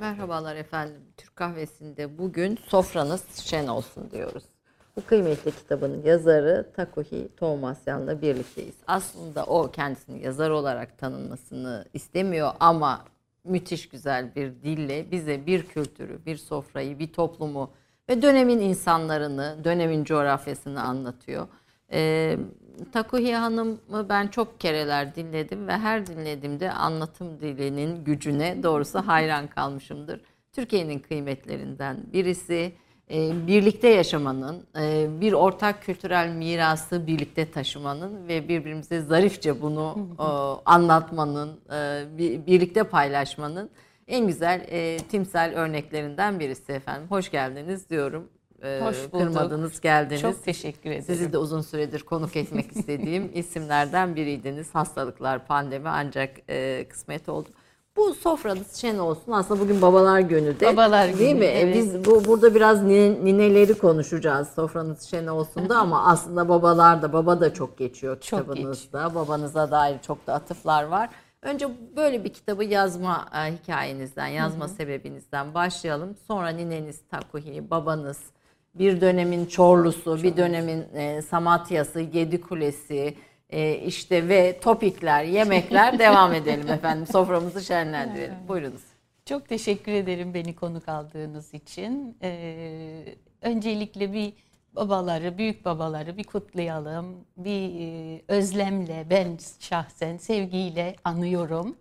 Merhabalar efendim. Türk Kahvesi'nde bugün sofranız şen olsun diyoruz. Bu kıymetli kitabın yazarı Takuhi Toğmasyan'la birlikteyiz. Aslında o kendisini yazar olarak tanınmasını istemiyor ama müthiş güzel bir dille bize bir kültürü, bir sofrayı, bir toplumu ve dönemin insanlarını, dönemin coğrafyasını anlatıyor. Takuhi Hanım'ı ben çok kereler dinledim ve her dinlediğimde anlatım dilinin gücüne doğrusu hayran kalmışımdır. Türkiye'nin kıymetlerinden birisi, birlikte yaşamanın, bir ortak kültürel mirası birlikte taşımanın ve birbirimize zarifçe bunu anlatmanın, birlikte paylaşmanın en güzel timsal örneklerinden birisi efendim. Hoş geldiniz diyorum. Hoş bulduk. Kırmadınız, geldiniz. Çok teşekkür ederim. Sizi de uzun süredir konuk etmek istediğim isimlerden biriydiniz. Hastalıklar, pandemi ancak kısmet oldu. Bu sofranız şen olsun. Aslında bugün Babalar Günü de. Babalar Günü, değil mi? evet. Biz burada biraz nineleri konuşacağız. Sofranız şen olsun da ama aslında baba da çok geçiyor kitabınızda. Babanıza dair çok da atıflar var. Önce böyle bir kitabı yazma hikayenizden, yazma sebebinizden başlayalım. Sonra nineniz Takuhi, babanız, bir dönemin Çorlusu, bir dönemin Samatya'sı, Yedikulesi, işte ve topikler, yemekler devam edelim efendim. Soframızı şenlendirelim. Buyurunuz. Çok teşekkür ederim beni konuk aldığınız için. Öncelikle bir büyük babaları bir kutlayalım. Bir özlemle, ben şahsen sevgiyle anıyorum.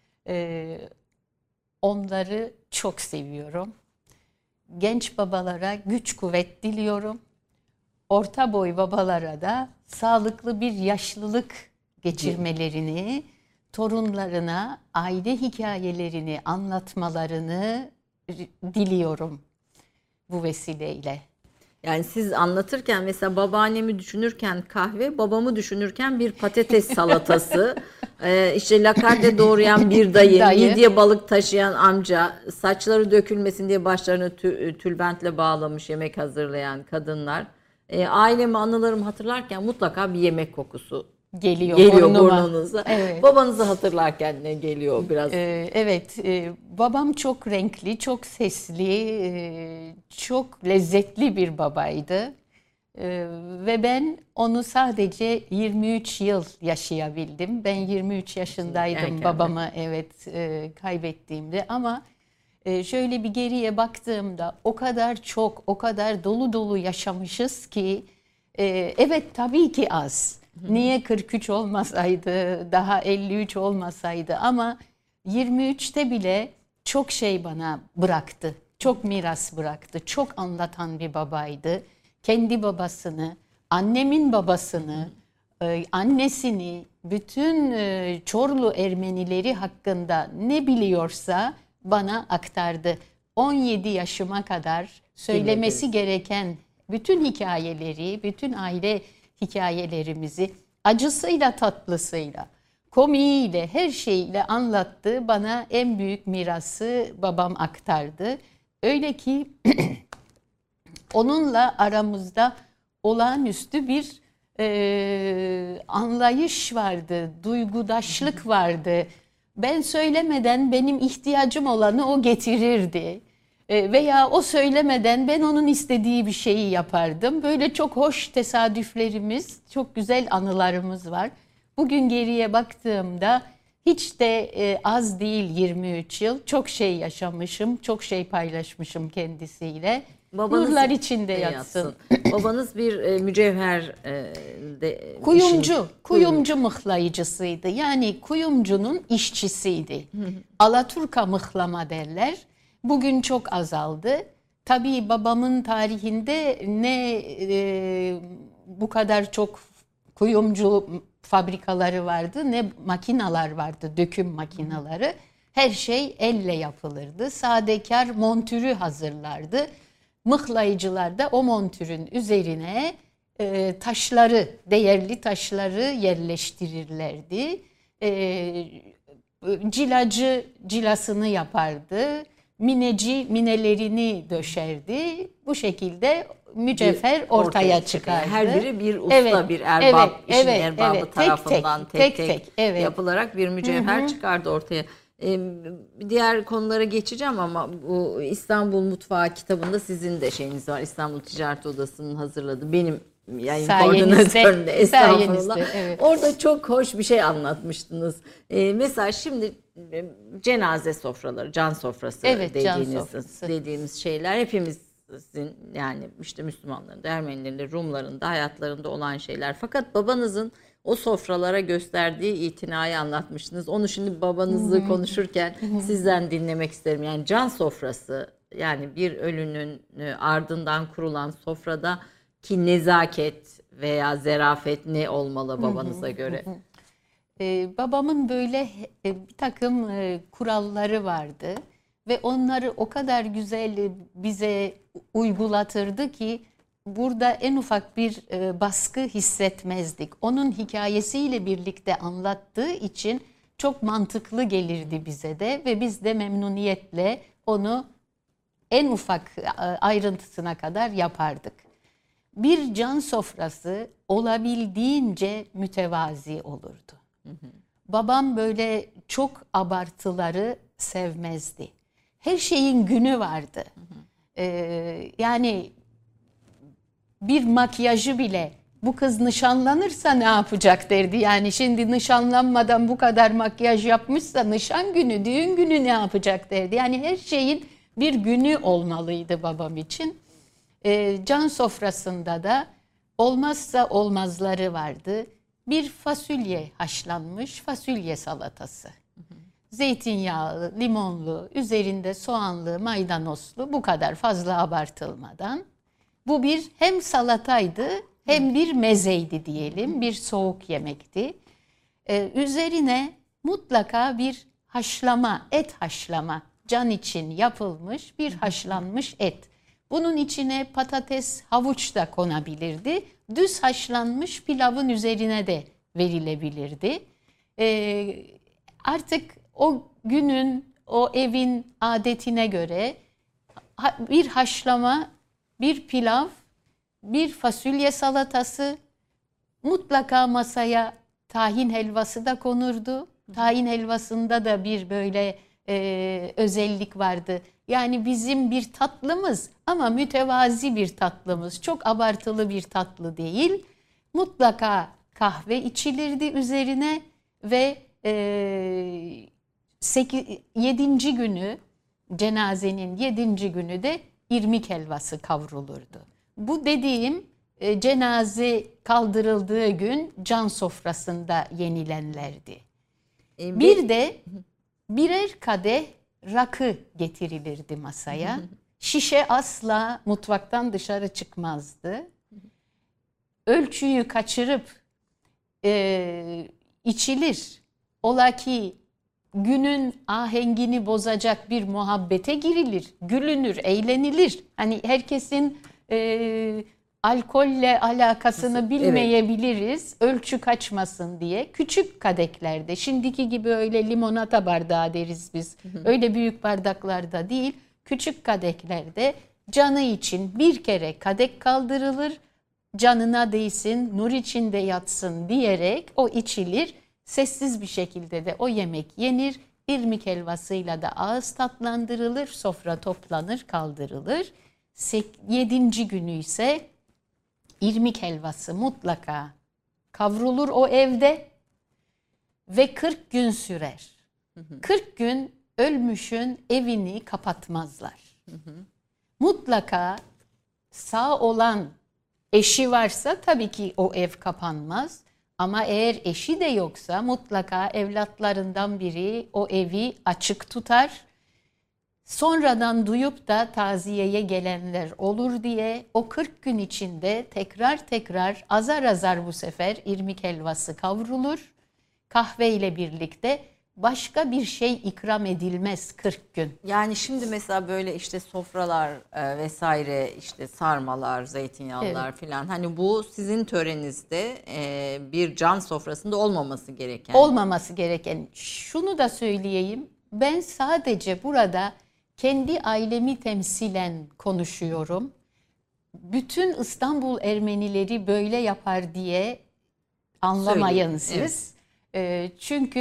Onları çok seviyorum. Genç babalara güç kuvvet diliyorum. Orta boy babalara da sağlıklı bir yaşlılık geçirmelerini, torunlarına aile hikayelerini anlatmalarını diliyorum bu vesileyle. Yani siz anlatırken mesela babaannemi düşünürken kahve, babamı düşünürken bir patates salatası, işte lakarde doğrayan bir dayı, midye balık taşıyan amca, saçları dökülmesin diye başlarını tülbentle bağlamış yemek hazırlayan kadınlar. Ailemi, anılarımı hatırlarken mutlaka bir yemek kokusu geliyor burnunuza. Evet. Babanızı hatırlarken ne geliyor biraz? Evet, babam çok renkli, çok sesli, çok lezzetli bir babaydı. Ve ben onu sadece 23 yıl yaşayabildim. Ben 23 yaşındaydım babamı kaybettiğimde ama şöyle bir geriye baktığımda o kadar çok, o kadar dolu dolu yaşamışız ki evet tabii ki az. Niye 43 olmasaydı, daha 53 olmasaydı ama 23'te bile çok şey bana bıraktı. Çok miras bıraktı. Çok anlatan bir babaydı. Kendi babasını, annemin babasını, annesini, bütün Çorlu Ermenileri hakkında ne biliyorsa bana aktardı. 17 yaşıma kadar söylemesi gereken bütün hikayeleri, bütün aile hikayelerimizi acısıyla tatlısıyla, komiğiyle, her şeyle anlattı. Bana en büyük mirası babam aktardı. Öyle ki onunla aramızda olağanüstü bir anlayış vardı, duygudaşlık vardı. Ben söylemeden benim ihtiyacım olanı o getirirdi. Veya o söylemeden ben onun istediği bir şeyi yapardım. Böyle çok hoş tesadüflerimiz, çok güzel anılarımız var. Bugün geriye baktığımda hiç de az değil 23 yıl. Çok şey yaşamışım, çok şey paylaşmışım kendisiyle. Nurlar içinde yatsın. Babanız bir mücevher kuyumcu mıhlayıcısıydı. Yani kuyumcunun işçisiydi. Alaturka mıhlama derler. Bugün çok azaldı. Tabii babamın tarihinde ne bu kadar çok kuyumcu fabrikaları vardı, ne makinalar vardı, döküm makinaları. Her şey elle yapılırdı. Sadekar montürü hazırlardı. Mıhlayıcılar da o montürün üzerine taşları, değerli taşları yerleştirirlerdi. Cilacı cilasını yapardı. Mineci minelerini döşerdi. Bu şekilde mücevher ortaya çıkardı. Her biri bir usta, bir erbab, işin erbabı tarafından tek tek yapılarak bir mücevher çıkardı ortaya. Diğer konulara geçeceğim ama bu İstanbul Mutfağı kitabında sizin de şeyiniz var. İstanbul Ticaret Odası'nın hazırladığı, benim yayın koordinatörümde, estağfurullah. Evet. Orada çok hoş bir şey anlatmıştınız. Mesela şimdi cenaze sofraları, can sofrası dediğimiz şeyler hepimizin, yani işte Müslümanların da, Ermenilerin de, Rumların da hayatlarında olan şeyler. Fakat babanızın o sofralara gösterdiği itinayı anlatmıştınız. Onu şimdi babanızla konuşurken sizden dinlemek isterim. Yani can sofrası, yani bir ölünün ardından kurulan sofrada ki nezaket veya zerafet ne olmalı babanıza göre? Babamın böyle bir takım kuralları vardı ve onları o kadar güzel bize uygulatırdı ki burada en ufak bir baskı hissetmezdik. Onun hikayesiyle birlikte anlattığı için çok mantıklı gelirdi bize de ve biz de memnuniyetle onu en ufak ayrıntısına kadar yapardık. Bir can sofrası olabildiğince mütevazi olurdu. Babam böyle çok abartıları sevmezdi. Her şeyin günü vardı. Yani bir makyajı bile, bu kız nişanlanırsa ne yapacak derdi. Yani şimdi nişanlanmadan bu kadar makyaj yapmışsa nişan günü, düğün günü ne yapacak derdi. Yani her şeyin bir günü olmalıydı babam için. Can sofrasında da olmazsa olmazları vardı. Bir fasulye, haşlanmış fasulye salatası. Zeytinyağlı, limonlu, üzerinde soğanlı, maydanozlu, bu kadar fazla abartılmadan. Bu bir hem salataydı hem bir mezeydi diyelim, bir soğuk yemekti. Üzerine mutlaka bir haşlama, et haşlama, can için yapılmış bir haşlanmış et. Bunun içine patates, havuç da konabilirdi. Düz haşlanmış pilavın üzerine de verilebilirdi. Artık o günün, o evin adetine göre bir haşlama, bir pilav, bir fasulye salatası, mutlaka masaya tahin helvası da konurdu. Tahin helvasında da bir böyle özellik vardı. Yani bizim bir tatlımız ama mütevazi bir tatlımız. Çok abartılı bir tatlı değil. Mutlaka kahve içilirdi üzerine ve 7. günü, cenazenin 7. günü de irmik helvası kavrulurdu. Bu dediğim cenaze kaldırıldığı gün can sofrasında yenilenlerdi. Bir de birer kadeh rakı getirilirdi masaya. Şişe asla mutfaktan dışarı çıkmazdı. Ölçüyü kaçırıp içilir. Ola ki günün ahengini bozacak bir muhabbete girilir, gülünür, eğlenilir. Hani herkesin alkolle alakasını bilmeyebiliriz. Evet. Ölçü kaçmasın diye. Küçük kadeklerde, şimdiki gibi öyle limonata bardağı deriz biz. Öyle büyük bardaklarda değil, küçük kadeklerde canı için bir kere kadek kaldırılır. Canına değsin, nur içinde yatsın diyerek o içilir. Sessiz bir şekilde de o yemek yenir. İrmik helvasıyla da ağız tatlandırılır. Sofra toplanır, kaldırılır. 7. günü ise irmik helvası mutlaka kavrulur o evde ve 40 gün sürer. 40 gün ölmüşün evini kapatmazlar. Mutlaka sağ olan eşi varsa tabii ki o ev kapanmaz. Ama eğer eşi de yoksa mutlaka evlatlarından biri o evi açık tutar. Sonradan duyup da taziyeye gelenler olur diye o 40 gün içinde tekrar azar azar bu sefer irmik helvası kavrulur. Kahve ile birlikte başka bir şey ikram edilmez 40 gün. Yani şimdi mesela böyle işte sofralar vesaire, işte sarmalar, zeytinyağlılar filan, hani bu sizin töreninizde bir can sofrasında olmaması gereken. Olmaması gereken. Şunu da söyleyeyim. Ben sadece burada kendi ailemi temsilen konuşuyorum. Bütün İstanbul Ermenileri böyle yapar diye anlamayın siz. Evet. Çünkü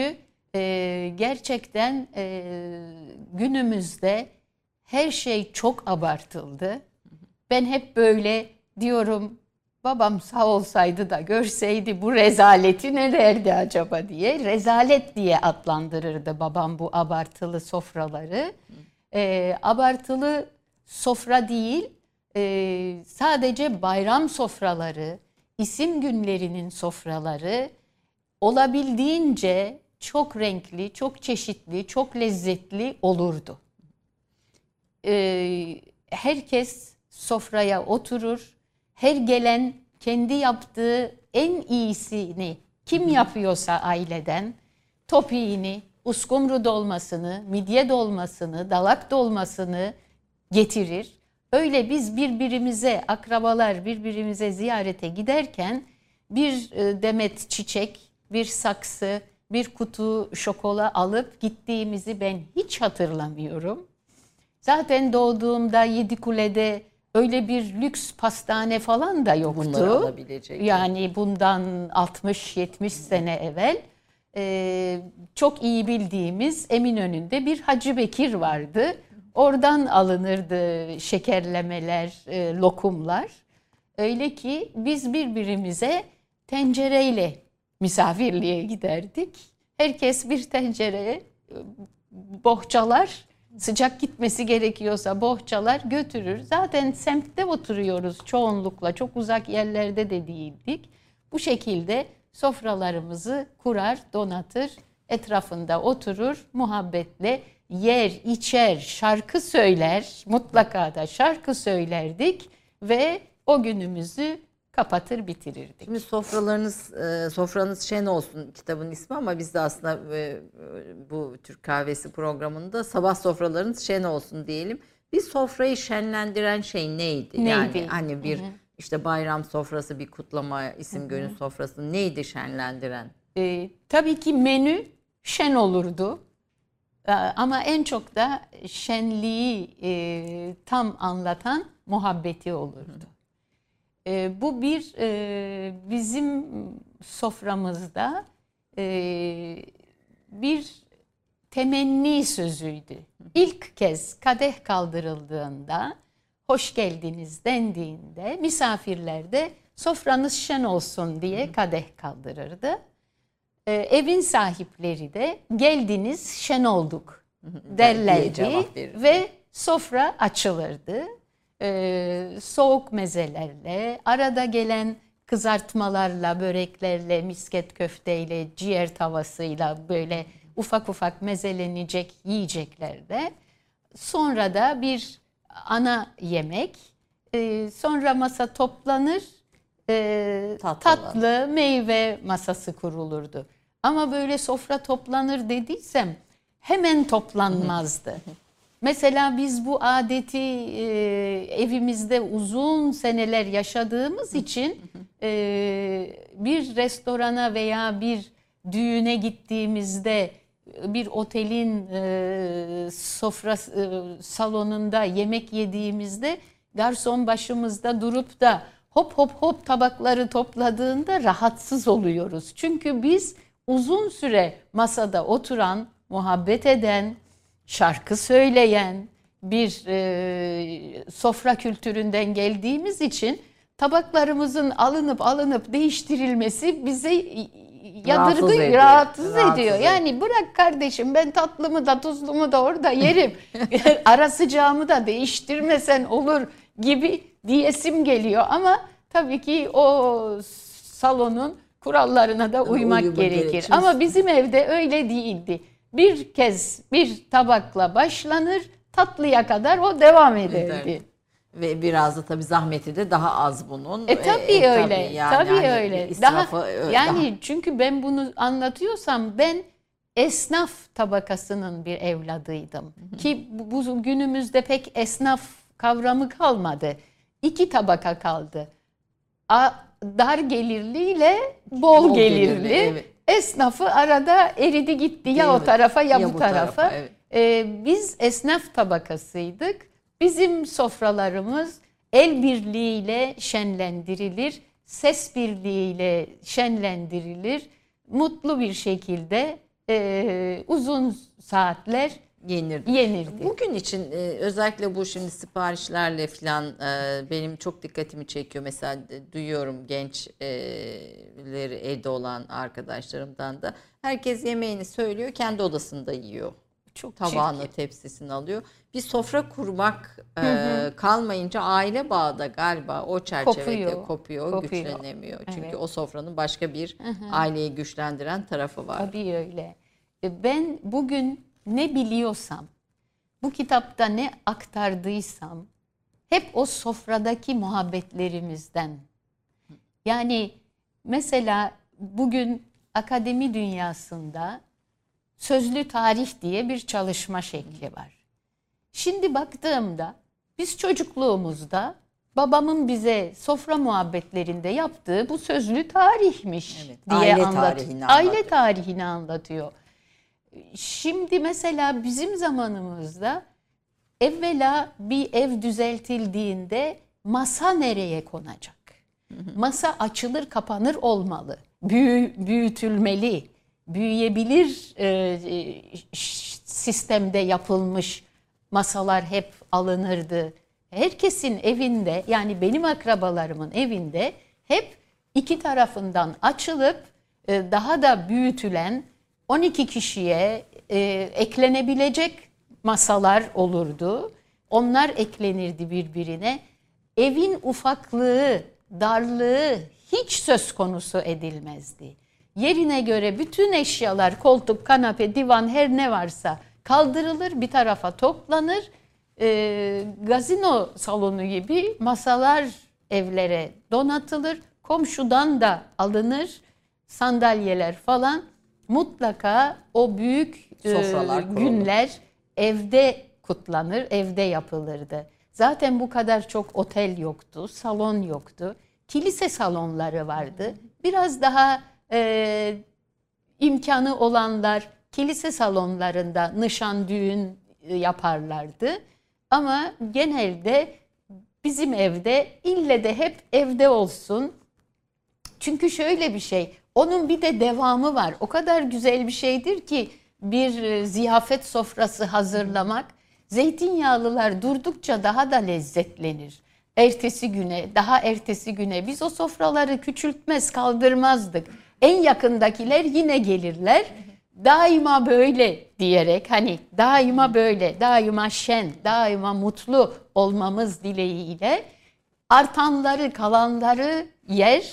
Gerçekten günümüzde her şey çok abartıldı. Ben hep böyle diyorum, babam sağ olsaydı da görseydi bu rezaleti ne derdi acaba diye. Rezalet diye adlandırırdı babam bu abartılı sofraları. Abartılı sofra değil, sadece bayram sofraları, isim günlerinin sofraları olabildiğince çok renkli, çok çeşitli, çok lezzetli olurdu. Herkes sofraya oturur, her gelen kendi yaptığı en iyisini kim yapıyorsa aileden, topiğini, uskumru dolmasını, midye dolmasını, dalak dolmasını getirir. Öyle biz birbirimize, akrabalar birbirimize ziyarete giderken bir demet çiçek, bir saksı, bir kutu şokola alıp gittiğimizi ben hiç hatırlamıyorum. Zaten doğduğumda Yedikule'de öyle bir lüks pastane falan da yoktu. Bunları alabilecek. Yani bundan 60-70 sene evvel çok iyi bildiğimiz Eminönü'nde bir Hacı Bekir vardı. Oradan alınırdı şekerlemeler, lokumlar. Öyle ki biz birbirimize tencereyle misafirliğe giderdik. Herkes bir tencereye bohçalar, sıcak gitmesi gerekiyorsa bohçalar götürür. Zaten semtte oturuyoruz çoğunlukla, çok uzak yerlerde de değildik. Bu şekilde sofralarımızı kurar, donatır, etrafında oturur, muhabbetle yer, içer, şarkı söyler, mutlaka da şarkı söylerdik ve o günümüzü kapatır bitirirdik. Şimdi sofranız şen olsun kitabın ismi ama biz de aslında bu Türk Kahvesi programında sabah sofralarınız şen olsun diyelim. Bir sofrayı şenlendiren şey neydi? Yani hani bir işte bayram sofrası, bir kutlama, isim günü sofrası neydi şenlendiren? Tabii ki menü şen olurdu. Ama en çok da şenliği tam anlatan muhabbeti olurdu. Bu bizim soframızda bir temenni sözüydü. İlk kez kadeh kaldırıldığında, hoş geldiniz dendiğinde misafirler de sofranız şen olsun diye kadeh kaldırırdı. Evin sahipleri de geldiniz şen olduk derlerdi ve sofra açılırdı. Soğuk mezelerle, arada gelen kızartmalarla, böreklerle, misket köfteyle, ciğer tavasıyla böyle ufak ufak mezelenecek yiyeceklerle. Sonra da bir ana yemek, sonra masa toplanır, tatlı meyve masası kurulurdu. Ama böyle sofra toplanır dediysem hemen toplanmazdı. Mesela biz bu adeti evimizde uzun seneler yaşadığımız için bir restorana veya bir düğüne gittiğimizde bir otelin sofra salonunda yemek yediğimizde garson başımızda durup da hop hop hop tabakları topladığında rahatsız oluyoruz. Çünkü biz uzun süre masada oturan, muhabbet eden, şarkı söyleyen bir sofra kültüründen geldiğimiz için tabaklarımızın alınıp değiştirilmesi bize rahatsız ediyor. Yani bırak kardeşim, ben tatlımı da tuzlumu da orada yerim. Ara sıcağımı da değiştirmesen olur gibi diyesim geliyor. Ama tabii ki o salonun kurallarına da uymak gerekir. Ama bizim evde öyle değildi. Bir kez bir tabakla başlanır, tatlıya kadar o devam ederdi. Ve biraz da tabii zahmeti de daha az bunun. Tabii öyle. Tabii hani öyle. Yani çünkü ben bunu anlatıyorsam ben esnaf tabakasının bir evladıydım. Ki bu günümüzde pek esnaf kavramı kalmadı. İki tabaka kaldı. Dar gelirli ile bol gelirli. Evet. Esnafı arada eridi gitti ya o tarafa ya bu tarafa. Evet. Biz esnaf tabakasıydık. Bizim sofralarımız el birliğiyle şenlendirilir, ses birliğiyle şenlendirilir. Mutlu bir şekilde uzun saatler yenirdi. Bugün için özellikle bu şimdi siparişlerle falan benim çok dikkatimi çekiyor. Mesela duyuyorum gençleri evde olan arkadaşlarımdan da. Herkes yemeğini söylüyor, kendi odasında yiyor. Çok Tabağını, çirkin. tepsisini alıyor. Bir sofra kurmak kalmayınca aile bağı da galiba o çerçevede kopuyor. Güçlenemiyor. Çünkü Evet. o sofranın başka bir aileyi güçlendiren tarafı var. Tabii öyle. Ben bugün ne biliyorsam, bu kitapta ne aktardıysam hep o sofradaki muhabbetlerimizden. Yani mesela bugün akademi dünyasında sözlü tarih diye bir çalışma şekli var. Şimdi baktığımda biz çocukluğumuzda babamın bize sofra muhabbetlerinde yaptığı bu sözlü tarihmiş Evet, diye aile tarihini aile anlatıyor. tarihini anlatıyor. Şimdi mesela bizim zamanımızda evvela bir ev düzeltildiğinde masa nereye konacak? Masa açılır kapanır olmalı. Büyütülmeli. Büyüyebilir sistemde yapılmış masalar hep alınırdı. Herkesin evinde, yani benim akrabalarımın evinde hep iki tarafından açılıp daha da büyütülen 12 kişiye eklenebilecek masalar olurdu. Onlar eklenirdi birbirine. Evin ufaklığı, darlığı hiç söz konusu edilmezdi. Yerine göre bütün eşyalar, koltuk, kanepe, divan, her ne varsa kaldırılır, bir tarafa toplanır. Gazino salonu gibi masalar evlere donatılır. Komşudan da alınır sandalyeler falan. Mutlaka o büyük Sofralar kurulur. günler evde kutlanır, evde yapılırdı. Zaten bu kadar çok otel yoktu, salon yoktu. Kilise salonları vardı. Biraz daha imkanı olanlar kilise salonlarında nişan, düğün yaparlardı. Ama genelde bizim evde ille de hep evde olsun. Çünkü şöyle bir şey, onun bir de devamı var. O kadar güzel bir şeydir ki bir ziyafet sofrası hazırlamak. Zeytinyağlılar durdukça daha da lezzetlenir. Ertesi güne, daha ertesi güne biz o sofraları küçültmez, kaldırmazdık. En yakındakiler yine gelirler. Daima böyle diyerek, hani daima böyle, daima şen, daima mutlu olmamız dileğiyle artanları, kalanları yer.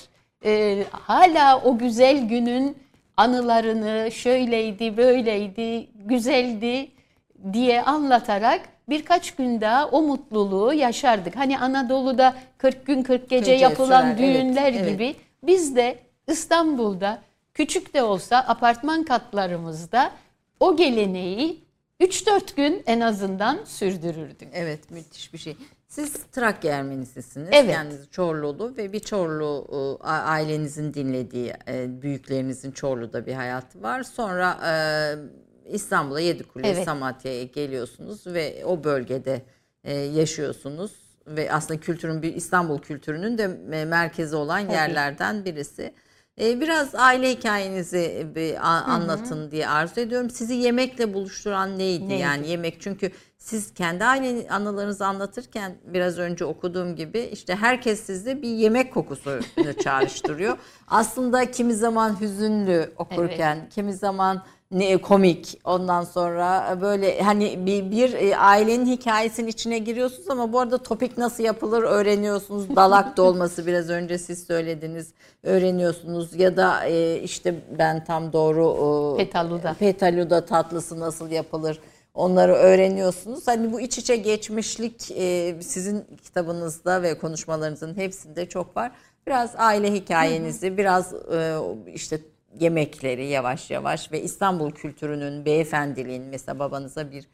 Hala o güzel günün anılarını şöyleydi, böyleydi, güzeldi diye anlatarak birkaç gün daha o mutluluğu yaşardık. Hani Anadolu'da 40 gün 40 gece yapılan sürer, düğünler evet. gibi biz de İstanbul'da küçük de olsa apartman katlarımızda o geleneği 3-4 gün en azından sürdürürdük. Evet, müthiş bir şey. Siz Trakya Ermenisisiniz. Evet. Kendiniz Çorlulu ve bir Çorlu ailenizin dinlediği, büyüklerinizin Çorlu'da bir hayatı var. Sonra İstanbul'a, Yedikule, Evet. Samatya'ya geliyorsunuz ve o bölgede yaşıyorsunuz. Ve aslında İstanbul kültürünün de merkezi olan yerlerden birisi. Biraz aile hikayenizi anlatın diye arzu ediyorum. Sizi yemekle buluşturan neydi? Yani yemek, çünkü siz kendi aile anılarınızı anlatırken biraz önce okuduğum gibi işte herkes sizde bir yemek kokusunu çağrıştırıyor. Aslında kimi zaman hüzünlü okurken, kimi zaman komik, ondan sonra böyle hani bir ailenin hikayesinin içine giriyorsunuz ama bu arada topik nasıl yapılır öğreniyorsunuz. Dalak dolması biraz önce siz söylediniz, öğreniyorsunuz ya da işte ben tam doğru petaluda tatlısı nasıl yapılır onları öğreniyorsunuz. Hani bu iç içe geçmişlik sizin kitabınızda ve konuşmalarınızın hepsinde çok var. Biraz aile hikayenizi, biraz işte yemekleri yavaş yavaş ve İstanbul kültürünün, beyefendiliğin, mesela babanıza bir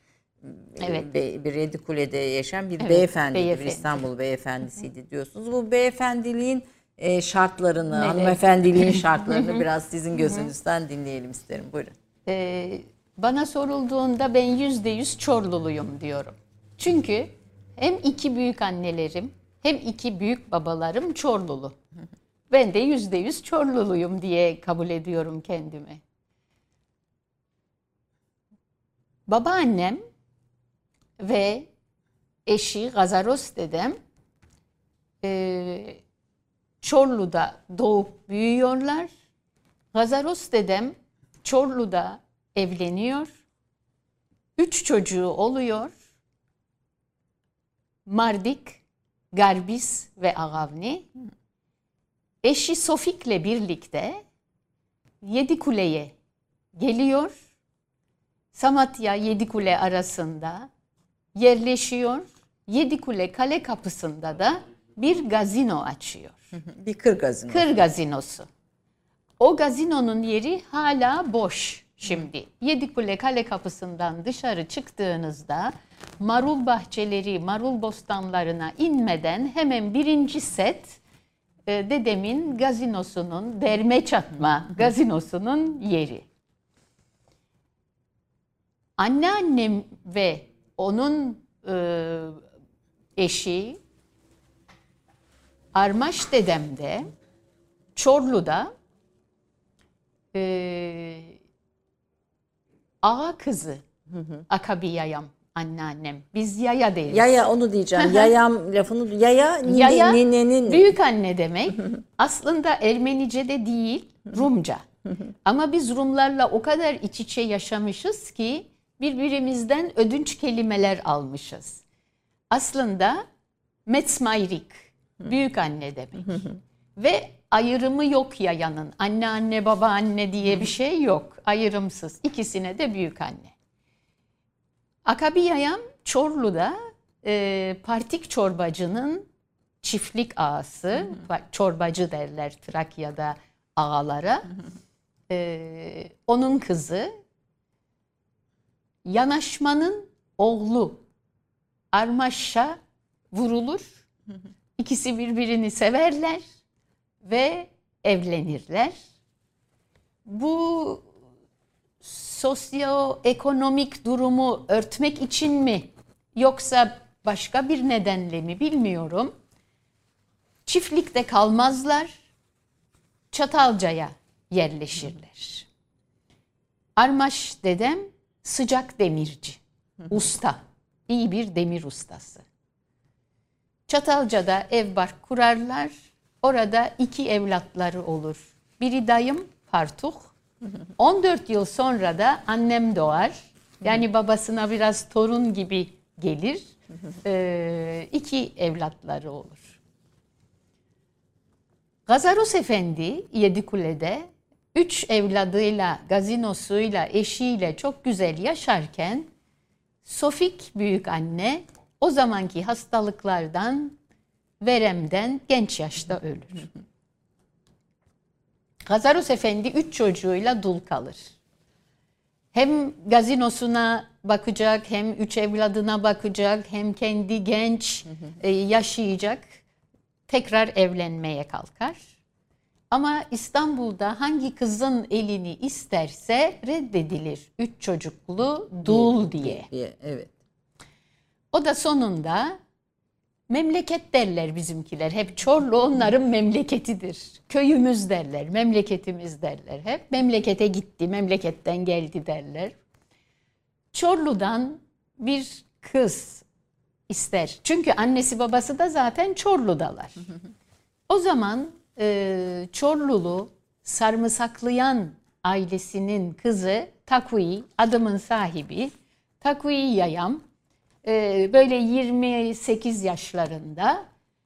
Yedikule'de yaşayan bir beyefendiydi, bir İstanbul beyefendisiydi diyorsunuz. Bu beyefendiliğin şartlarını, hanımefendiliğin şartlarını biraz sizin gözünüzden dinleyelim isterim. Buyurun. Bana sorulduğunda ben %100 Çorluluyum diyorum. Çünkü hem iki büyük annelerim hem iki büyük babalarım Çorlulu. Ben de %100 Çorluluyum diye kabul ediyorum kendimi. Babaannem ve eşi Gazaros dedem Çorlu'da doğup büyüyorlar. Gazaros dedem Çorlu'da evleniyor. 3 çocuğu oluyor. Mardik, Garbis ve Agavni. Eşi Sofik'le birlikte Yedikule'ye geliyor. Samatya Yedikule arasında yerleşiyor. Yedikule kale kapısında da bir gazino açıyor. Bir kır gazinosu. Kır gazinosu. O gazinonun yeri hala boş şimdi. Yedikule kale kapısından dışarı çıktığınızda marul bahçeleri, marul bostanlarına inmeden hemen birinci set dedemin gazinosunun, derme çatma gazinosunun yeri. Anneannem ve onun eşi Armaş dedem de Çorlu'da ağa kızı Akabi Yayam anneannem. Biz yaya deriz. Yaya, onu diyeceğim. Yayam lafını, yaya ninenin. Büyük anne demek. Aslında Ermenice'de değil, Rumca. Ama biz Rumlarla o kadar iç içe yaşamışız ki birbirimizden ödünç kelimeler almışız. Aslında Metzmayrik, büyük anne demek. Ve ayrımı yok yayanın. Anne, baba, anne diye bir şey yok. Ayrımsız. İkisine de büyük anne. Akabi Yayam Çorlu'da Partik çorbacının çiftlik ağası, çorbacı derler Trakya'da ağalara. Onun kızı, Yanaşmanın oğlu Armaş'a vurulur. İkisi birbirini severler ve evlenirler. Bu sosyoekonomik durumu örtmek için mi yoksa başka bir nedenle mi bilmiyorum. Çiftlikte kalmazlar, Çatalca'ya yerleşirler. Armaş dedem sıcak demirci, usta, iyi bir demir ustası. Çatalca'da ev bark kurarlar, orada 2 evlatları olur. Biri dayım Partuh, 14 yıl sonra da annem doğar. Yani babasına biraz torun gibi gelir. 2 evlatları olur. Gazaros Efendi Yedikule'de 3 evladıyla, gazinosuyla, eşiyle çok güzel yaşarken Sofik büyük anne o zamanki hastalıklardan, veremden genç yaşta ölür. Gazaros Efendi 3 çocuğuyla dul kalır. Hem gazinosuna bakacak, hem 3 evladına bakacak, hem kendi genç yaşayacak. Tekrar evlenmeye kalkar. Ama İstanbul'da hangi kızın elini isterse reddedilir. 3 çocuklu dul diye. Evet. O da sonunda memleket derler bizimkiler. Hep Çorlu onların memleketidir. Köyümüz derler, memleketimiz derler hep. Memlekete gitti, memleketten geldi derler. Çorlu'dan bir kız ister. Çünkü annesi babası da zaten Çorlu'dalar. O zaman Çorlulu Sarımsaklayan ailesinin kızı Takui, adımın sahibi Takui Yayam, böyle 28 yaşlarında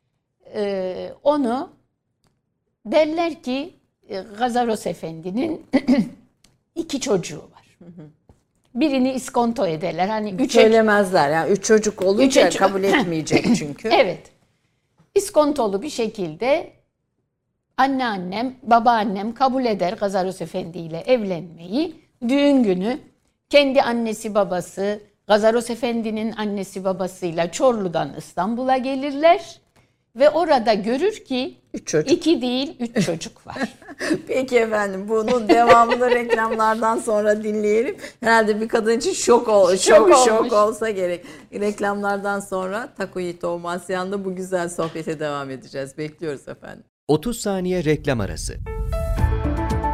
onu derler ki Gazaros Efendi'nin 2 çocuğu var. Birini iskonto ederler. Hani Söylemezler. Yani 3 çocuk olunca kabul etmeyecek çünkü. Evet. İskontolu bir şekilde anneannem, babaannem kabul eder Gazaros Efendi ile evlenmeyi. Düğün günü kendi annesi babası, Gazaros Efendi'nin annesi babasıyla Çorlu'dan İstanbul'a gelirler. Ve orada görür ki 2 değil 3 çocuk var. Peki efendim, bunun devamını reklamlardan sonra dinleyelim. Herhalde bir kadın için şok olsa gerek. Reklamlardan sonra Takui Tomasyan'la bu güzel sohbete devam edeceğiz. Bekliyoruz efendim. 30 saniye reklam arası.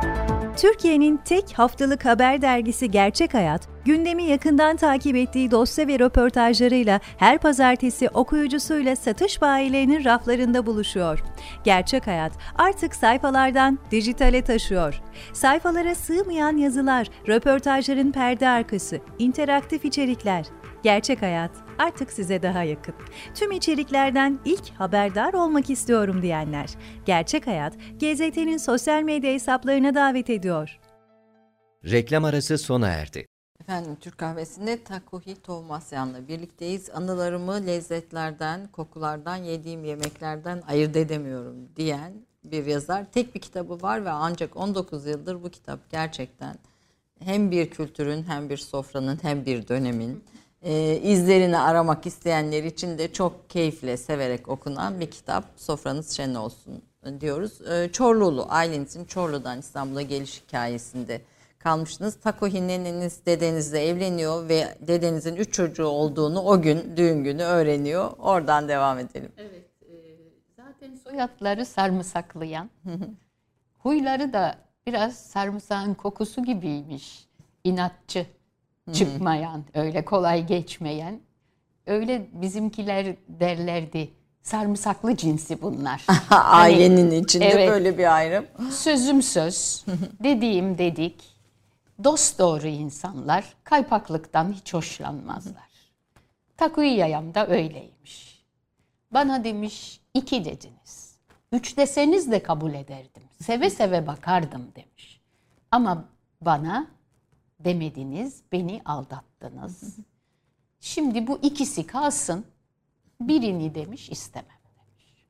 Türkiye'nin tek haftalık haber dergisi Gerçek Hayat, gündemi yakından takip ettiği dosya ve röportajlarıyla her pazartesi okuyucusuyla satış bayilerinin raflarında buluşuyor. Gerçek Hayat artık sayfalardan dijitale taşıyor. Sayfalara sığmayan yazılar, röportajların perde arkası, interaktif içerikler. Gerçek Hayat artık size daha yakın. Tüm içeriklerden ilk haberdar olmak istiyorum diyenler. Gerçek Hayat, GZT'nin sosyal medya hesaplarına davet ediyor. Reklam arası sona erdi. Efendim, Türk Kahvesi'nde Takuhi Tovmasyan'la birlikteyiz. Anılarımı lezzetlerden, kokulardan, yediğim yemeklerden ayırt edemiyorum diyen bir yazar. Tek bir kitabı var ve ancak 19 yıldır bu kitap gerçekten hem bir kültürün, hem bir sofranın, hem bir dönemin izlerini aramak isteyenler için de çok keyifle, severek okunan bir kitap. Sofranız şen olsun diyoruz. Çorlulu, ailenizin Çorlu'dan İstanbul'a geliş hikayesinde kalmıştınız. Takuhi neneniz dedenizle evleniyor ve dedenizin 3 çocuğu olduğunu o gün, düğün günü öğreniyor. Oradan devam edelim. Evet, zaten soyadları sarımsaklayan, huyları da biraz sarımsağın kokusu gibiymiş. İnatçı, çıkmayan, öyle kolay geçmeyen. Öyle bizimkiler derlerdi. Sarımsaklı cinsi bunlar. Ailenin içinde evet, böyle bir ayrım. Sözüm söz, dediğim dedik. Dosdoğru insanlar kaypaklıktan hiç hoşlanmazlar. Takuhi yayam da öyleymiş. Bana demiş 2 dediniz. 3 deseniz de kabul ederdim. Seve seve bakardım demiş. Ama bana demediniz, beni aldattınız. Şimdi bu ikisi kalsın, birini demiş istemem demiş.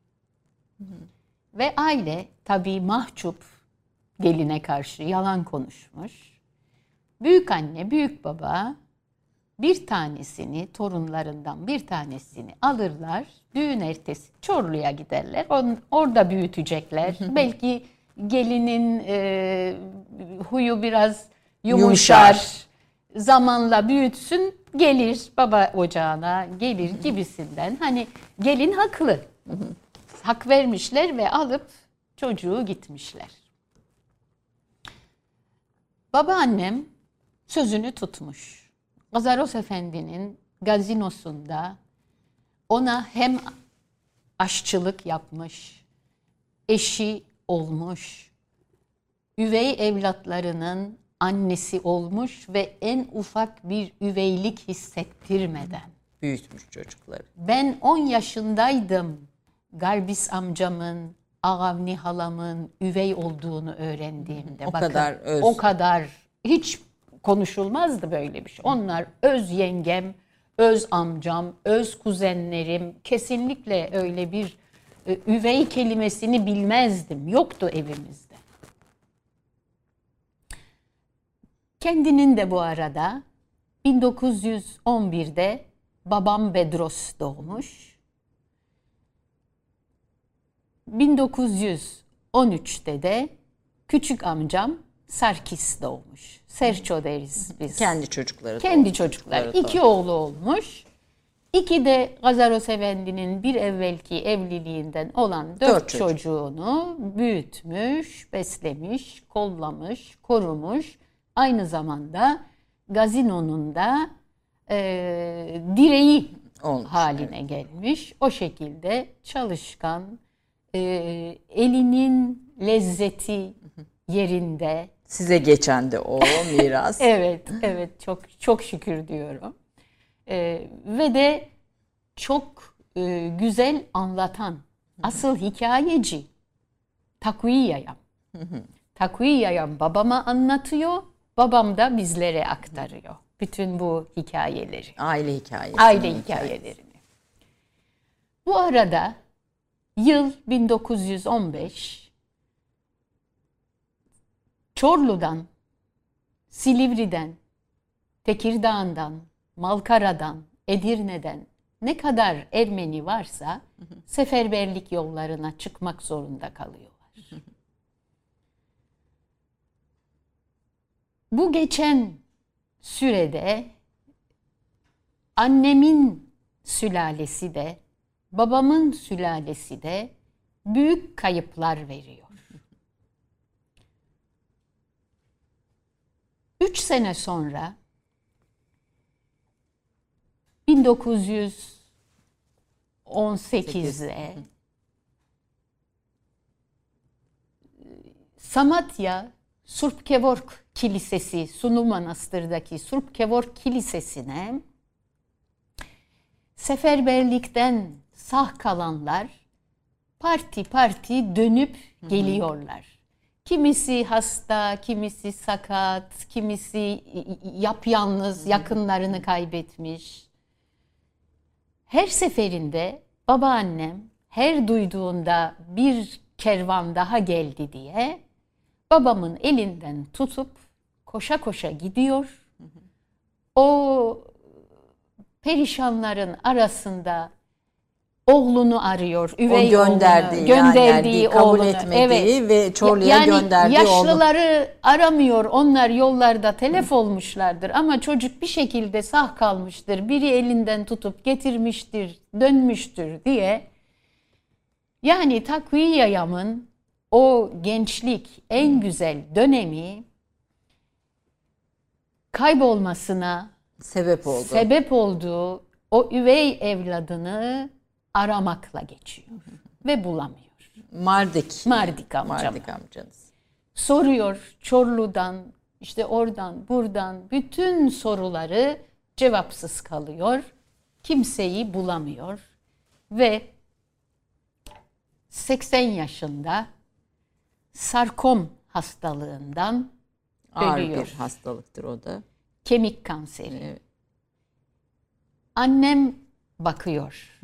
Ve aile tabii mahcup, geline karşı yalan konuşmuş. Büyükanne, büyükbaba bir tanesini, torunlarından bir tanesini alırlar. Düğün ertesi Çorlu'ya giderler. Orada büyütecekler. Belki gelinin huyu biraz yumuşar. Zamanla büyütsün, gelir baba ocağına, gelir gibisinden. Hani gelin haklı. Hak vermişler ve alıp çocuğu gitmişler. Babaannem sözünü tutmuş. Gazaros Efendi'nin gazinosunda ona hem aşçılık yapmış, eşi olmuş, üvey evlatlarının annesi olmuş ve en ufak bir üveylik hissettirmeden. Büyütmüş çocukları. Ben 10 yaşındaydım. Garbis amcamın, Ağavni halamın üvey olduğunu öğrendiğimde. O bakın, kadar öz. O kadar hiç konuşulmazdı böyle bir şey. Onlar öz yengem, öz amcam, öz kuzenlerim. Kesinlikle öyle bir üvey kelimesini bilmezdim. Yoktu evimizde. Kendinin de bu arada 1911'de babam Bedros doğmuş. 1913'te de küçük amcam Sarkis doğmuş. Serço deriz biz. Kendi çocukları. Kendi çocuklar. 2 oğlu olmuş. 2 de Gazaros Efendi'nin bir evvelki evliliğinden olan 4 çocuğunu büyütmüş, beslemiş, kollamış, korumuş. Aynı zamanda gazino'nun da direği haline gelmiş. O şekilde çalışkan, elinin lezzeti yerinde. Size geçen de o miras. Evet, çok şükür diyorum. Ve de çok güzel anlatan, asıl hikayeci Takuhi yayam. Takuhi yayam babama anlatıyor, babam da bizlere aktarıyor. Bütün bu hikayeleri. Aile hikayesi. Aile hikayelerini. Bu arada yıl 1915, Çorlu'dan, Silivri'den, Tekirdağ'dan, Malkara'dan, Edirne'den ne kadar Ermeni varsa seferberlik yollarına çıkmak zorunda kalıyorlar. Bu geçen sürede annemin sülalesi de, babamın sülalesi de büyük kayıplar veriyor. 3 sene sonra 1918'de Samatya Surp Kevork Kilisesi, Sunu Manastır'daki Surp Kevork Kilisesi'ne seferberlikten sağ kalanlar parti parti dönüp geliyorlar. Kimisi hasta, kimisi sakat, kimisi yapyalnız, yakınlarını kaybetmiş. Her seferinde babaannem her duyduğunda bir kervan daha geldi diye babamın elinden tutup koşa koşa gidiyor. O perişanların arasında oğlunu arıyor, üvey o gönderdiği, gönderdiği yani kabul oğlunu, etmediği ve Çorlu'ya gönderdiği oğlu. Yaşlıları aramıyor, onlar yollarda telef olmuşlardır ama çocuk bir şekilde sağ kalmıştır, biri elinden tutup getirmiştir, dönmüştür diye. Yani Takviye Yayam'ın o gençlik en güzel dönemi kaybolmasına sebep olduğu o üvey evladını aramakla geçiyor ve bulamıyor. Mardik amcanız. Soruyor Çorlu'dan, işte oradan, buradan, bütün soruları cevapsız kalıyor. Kimseyi bulamıyor ve 80 yaşında sarkom hastalığından ağır ölüyor. bir hastalıktır o da. Kemik kanseri. Evet. Annem bakıyor.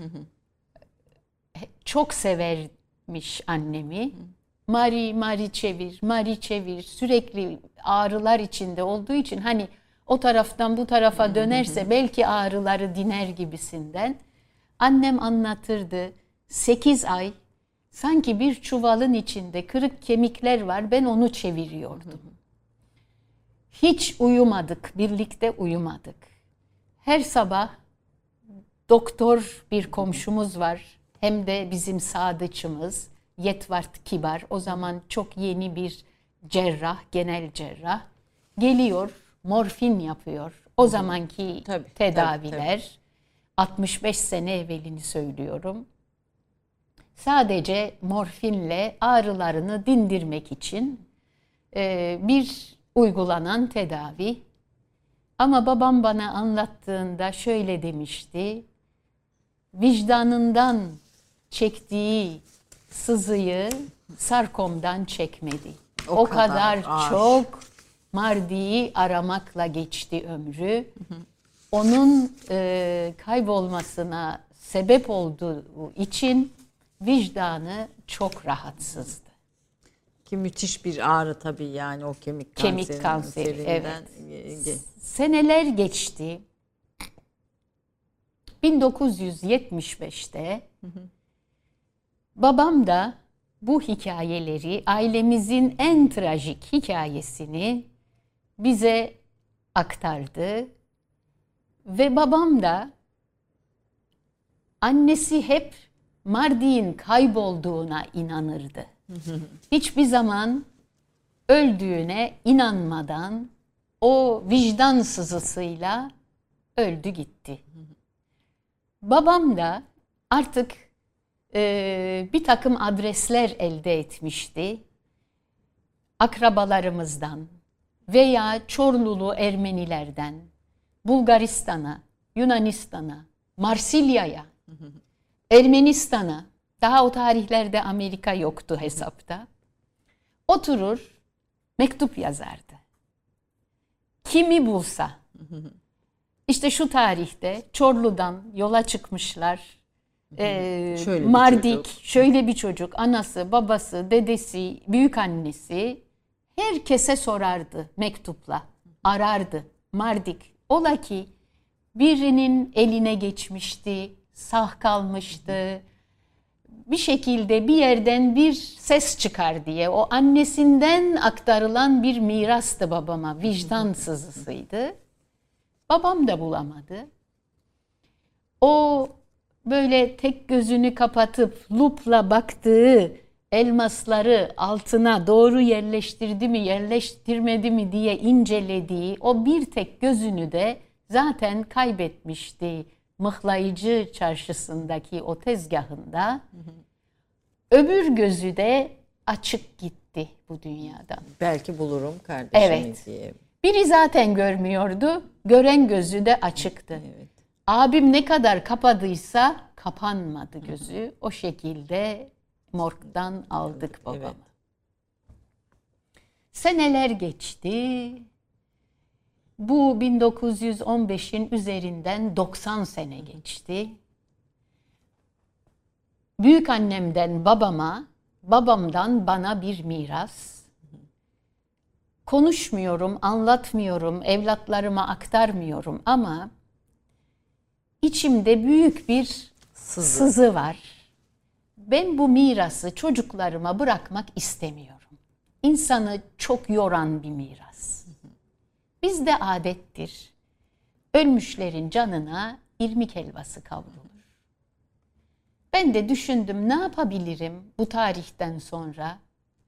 Çok severmiş annemi. Mari çevir, Mari çevir. Sürekli ağrılar içinde olduğu için hani o taraftan bu tarafa dönerse belki ağrıları diner gibisinden. Annem anlatırdı. 8 ay sanki bir çuvalın içinde kırık kemikler var. Ben onu çeviriyordum. Hiç uyumadık, birlikte uyumadık. Her sabah doktor bir komşumuz var. Hem de bizim sadıçımız Yetvart Kibar. O zaman çok yeni bir cerrah, genel cerrah. Geliyor, morfin yapıyor. O zamanki tedaviler. Tabii. 65 sene evvelini söylüyorum. Sadece morfinle ağrılarını dindirmek için bir uygulanan tedavi. Ama babam bana anlattığında şöyle demişti. Vicdanından çektiği sızıyı sarkomdan çekmedi. O kadar çok Mardi'yi aramakla geçti ömrü. Onun kaybolmasına sebep olduğu için vicdanı çok rahatsızdı. Ki müthiş bir ağrı tabii yani o kemik kanseri. Evet. Seneler geçti. 1975'te babam da bu hikayeleri, ailemizin en trajik hikayesini bize aktardı. Ve babam da annesi hep Mardi'nin kaybolduğuna inanırdı. Hiçbir zaman öldüğüne inanmadan o vicdan sızısıyla öldü gitti. Babam da artık bir takım adresler elde etmişti. Akrabalarımızdan veya Çorlulu Ermenilerden Bulgaristan'a, Yunanistan'a, Marsilya'ya, Ermenistan'a, daha o tarihlerde Amerika yoktu hesapta. Oturur, mektup yazardı. Kimi bulsa. İşte şu tarihte Çorlu'dan yola çıkmışlar. Mardik, şöyle bir çocuk, anası, babası, dedesi, büyükannesi herkese sorardı mektupla, arardı. Mardik, ola ki birinin eline geçmişti, sağ kalmıştı. Bir şekilde bir yerden bir ses çıkar diye. O annesinden aktarılan bir mirastı babama, vicdan sızısıydı. Babam da bulamadı. O böyle tek gözünü kapatıp lupla baktığı elmasları altına doğru yerleştirdi mi, yerleştirmedi mi diye incelediği o bir tek gözünü de zaten kaybetmişti Mıhlayıcı Çarşısı'ndaki o tezgahında. Öbür gözü de açık gitti bu dünyadan. Belki bulurum kardeşimi Evet. diye. Biri zaten görmüyordu, gören gözü de açıktı. Evet. Abim ne kadar kapadıysa kapanmadı gözü. O şekilde morgdan aldık babamı. Evet. Seneler geçti. Bu 1915'in üzerinden 90 sene geçti. Büyükannemden babama, babamdan bana bir miras. Konuşmuyorum, anlatmıyorum, evlatlarıma aktarmıyorum ama içimde büyük bir sızı var. Ben bu mirası çocuklarıma bırakmak istemiyorum. İnsanı çok yoran bir miras. Bizde adettir. Ölmüşlerin canına irmik helvası kavrulur. Ben de düşündüm, ne yapabilirim bu tarihten sonra?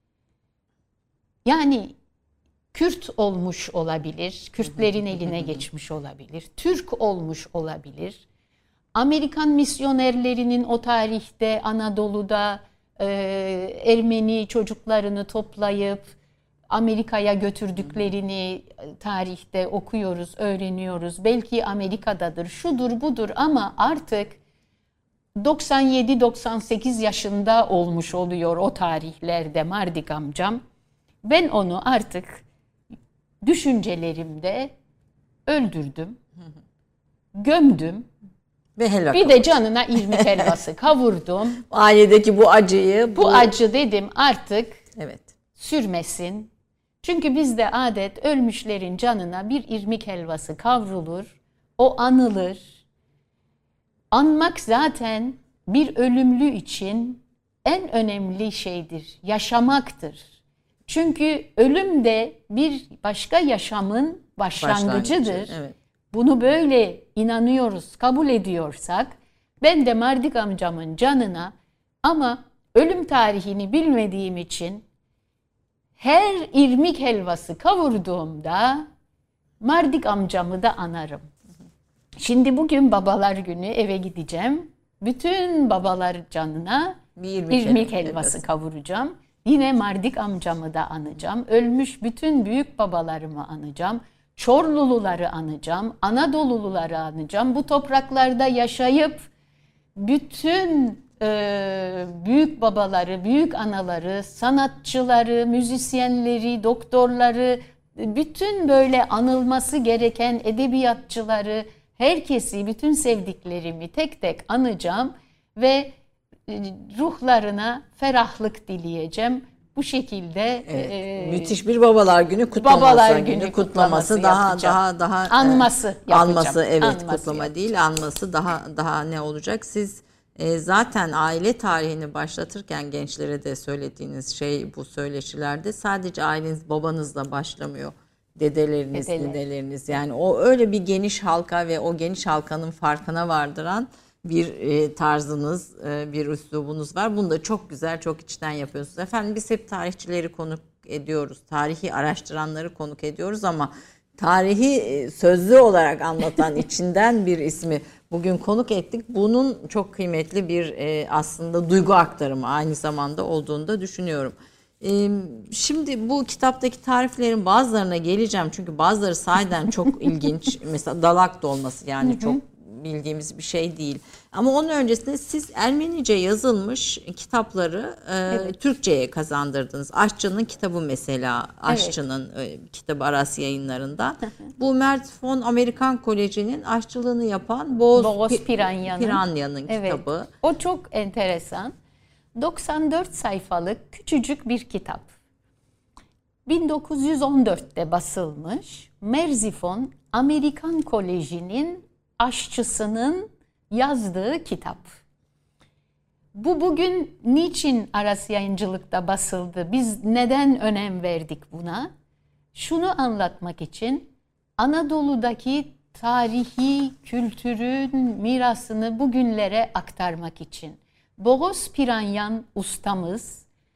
Yani Kürt olmuş olabilir, Kürtlerin eline geçmiş olabilir, Türk olmuş olabilir. Amerikan misyonerlerinin o tarihte Anadolu'da Ermeni çocuklarını toplayıp Amerika'ya götürdüklerini tarihte okuyoruz, öğreniyoruz. Belki Amerika'dadır, şudur budur ama artık 97-98 yaşında olmuş oluyor o tarihlerde Mardik amcam. Ben onu artık düşüncelerimde öldürdüm, gömdüm. Ve helak Bir de canına irmik helvası kavurdum. ailedeki bu acıyı, Bu acı dedim artık evet. sürmesin. Çünkü bizde adet ölmüşlerin canına bir irmik helvası kavrulur. O anılır. Anmak zaten bir ölümlü için en önemli şeydir. Yaşamaktır. Çünkü ölüm de bir başka yaşamın başlangıcıdır. Evet. Bunu böyle inanıyoruz, kabul ediyorsak ben de Mardik amcamın canına ama ölüm tarihini bilmediğim için her irmik helvası kavurduğumda Mardik amcamı da anarım. Şimdi bugün babalar günü eve gideceğim. Bütün babalar canına Bir irmik helvası kavuracağım. Yine Mardik amcamı da anacağım. Ölmüş bütün büyük babalarımı anacağım. Çorluluları anacağım. Anadoluluları anacağım. Bu topraklarda yaşayıp bütün büyük babaları, büyük anaları, sanatçıları, müzisyenleri, doktorları, bütün böyle anılması gereken edebiyatçıları, herkesi, bütün sevdiklerimi tek tek anacağım ve ruhlarına ferahlık dileyeceğim. Bu şekilde müthiş bir babalar günü kutlaması, babalar günü kutlaması daha yapacağım. daha Anması yapacağım. anması, evet, Anması kutlama yapacağım. değil, anması daha ne olacak? Siz zaten aile tarihini başlatırken gençlere de söylediğiniz şey bu söyleşilerde sadece aileniz babanızla başlamıyor. Dedeleriniz, nineleriniz, yani o öyle bir geniş halka ve o geniş halkanın farkına vardıran bir tarzınız, bir üslubunuz var. Bunu da çok güzel, çok içten yapıyorsunuz. Efendim biz hep tarihçileri konuk ediyoruz. Tarihi araştıranları konuk ediyoruz ama tarihi sözlü olarak anlatan içinden bir ismi bugün konuk ettik. Bunun çok kıymetli bir aslında duygu aktarımı aynı zamanda olduğunu da düşünüyorum. Şimdi bu kitaptaki tariflerin bazılarına geleceğim. Çünkü bazıları sahiden çok ilginç. Mesela dalak dolması, yani çok bildiğimiz bir şey değil. Ama onun öncesinde siz Ermenice yazılmış kitapları Türkçe'ye kazandırdınız. Aşçı'nın kitabı mesela, Aşçı'nın kitabı Aras Yayınları'nda. Bu Mert von Amerikan Koleji'nin aşçılığını yapan Boğaz Piranya'nın kitabı. O çok enteresan. 94 sayfalık küçücük bir kitap. 1914'te basılmış. Merzifon Amerikan Koleji'nin aşçısının yazdığı kitap. Bu bugün niçin Aras Yayıncılık'ta basıldı? Biz neden önem verdik buna? Şunu anlatmak için Anadolu'daki tarihi kültürün mirasını bugünlere aktarmak için. Boğaz Piranyan ustamız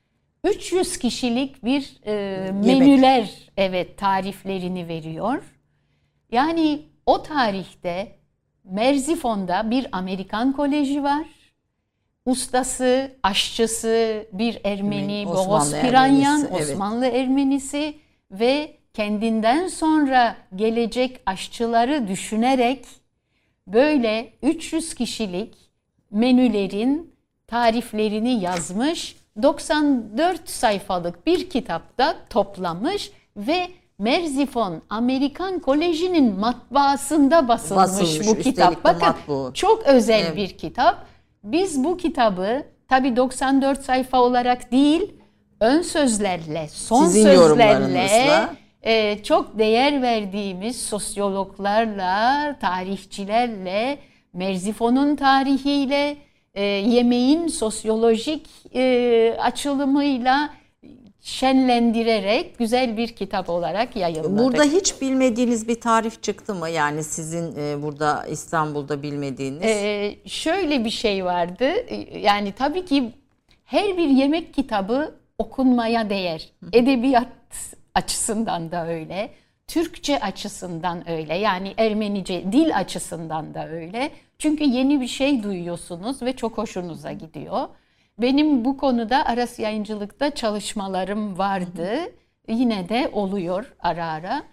300 kişilik bir menüler, evet, tariflerini veriyor. Yani o tarihte Merzifon'da bir Amerikan koleji var. Ustası, aşçısı bir Ermeni, Boğaz Piranyan, Osmanlı Ermenisi ve kendinden sonra gelecek aşçıları düşünerek böyle 300 kişilik menülerin tariflerini yazmış, 94 sayfalık bir kitapta toplamış ve Merzifon Amerikan Koleji'nin matbaasında basılmış bu kitap. Bakın çok özel bir kitap. Biz bu kitabı tabii 94 sayfa olarak değil, ön sözlerle, son sizin sözlerle çok değer verdiğimiz sosyologlarla, tarihçilerle, Merzifon'un tarihiyle, yemeğin sosyolojik açılımıyla şenlendirerek güzel bir kitap olarak yayınladık. Burada hiç bilmediğiniz bir tarif çıktı mı? Yani sizin burada İstanbul'da bilmediğiniz. Şöyle bir şey vardı. Yani tabii ki her bir yemek kitabı okunmaya değer. Edebiyat açısından da öyle. Türkçe açısından öyle. Yani Ermenice dil açısından da öyle. Çünkü yeni bir şey duyuyorsunuz ve çok hoşunuza gidiyor. Benim bu konuda Aras Yayıncılık'ta çalışmalarım vardı. Yine de oluyor ara ara.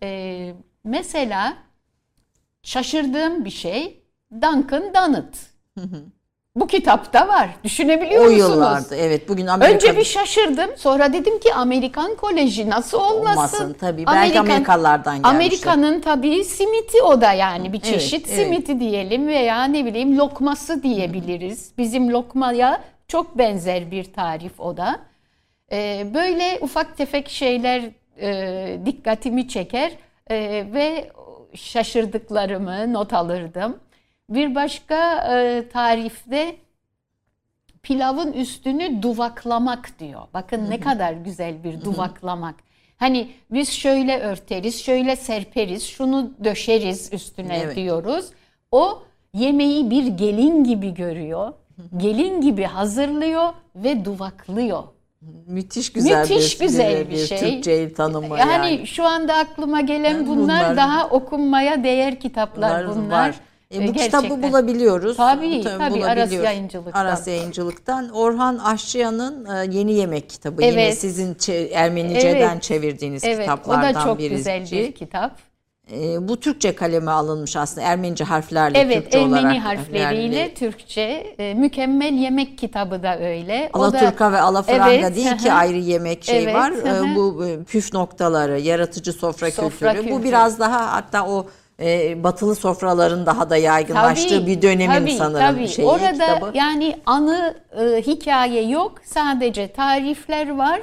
Mesela şaşırdığım bir şey Duncan Dunnett. Bu kitapta var. Düşünebiliyor musunuz? O yıllarda, evet. Bugün Amerika... Önce bir şaşırdım. Sonra dedim ki Amerikan Koleji nasıl olmasın? Tabii. Belki Amerikalılardan gelmişler. Amerika'nın tabii simiti o da yani. Bir çeşit simiti diyelim veya ne bileyim lokması diyebiliriz. Bizim lokmaya çok benzer bir tarif o da. Böyle ufak tefek şeyler dikkatimi çeker ve şaşırdıklarımı not alırdım. Bir başka tarifte pilavın üstünü duvaklamak diyor. Bakın ne kadar güzel bir duvaklamak. Hani biz şöyle örteriz, şöyle serperiz, şunu döşeriz üstüne diyoruz. O yemeği bir gelin gibi görüyor. Gelin gibi hazırlıyor ve duvaklıyor. Müthiş güzel bir şey. Türkçe tanımı yani. Şu anda aklıma gelen bunlar daha okunmaya değer kitaplar bunlar. Var. Bu kitabı bulabiliyoruz. Tabii Aras Yayıncılık'tan. Aras Yayıncılık'tan. Orhan Aşçıyan'ın Yeni Yemek kitabı. Yine sizin Ermenice'den çevirdiğiniz kitaplardan birisi. O da çok güzel bir kitap. Bu Türkçe kaleme alınmış aslında. Ermenice harflerle Türkçe olarak. Ermeni harfleriyle Türkçe. Mükemmel Yemek kitabı da öyle. Alaturka ve Alafranga değil ki ayrı yemek var. Bu püf noktaları, yaratıcı sofra kültürü. Bu biraz daha hatta o batılı sofraların daha da yaygınlaştığı bir dönemin sanırım şeyi. Orada kitabı. Yani anı hikaye yok. Sadece tarifler var.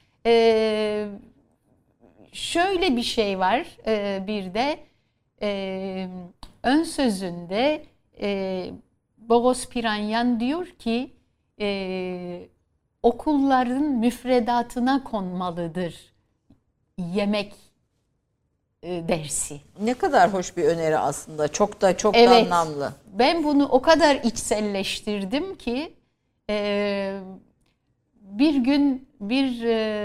Şöyle bir şey var bir de ön sözünde Boğaz Piranyan diyor ki okulların müfredatına konmalıdır yemek dersi. Ne kadar hoş bir öneri aslında. Çok da anlamlı. Ben bunu o kadar içselleştirdim ki bir gün bir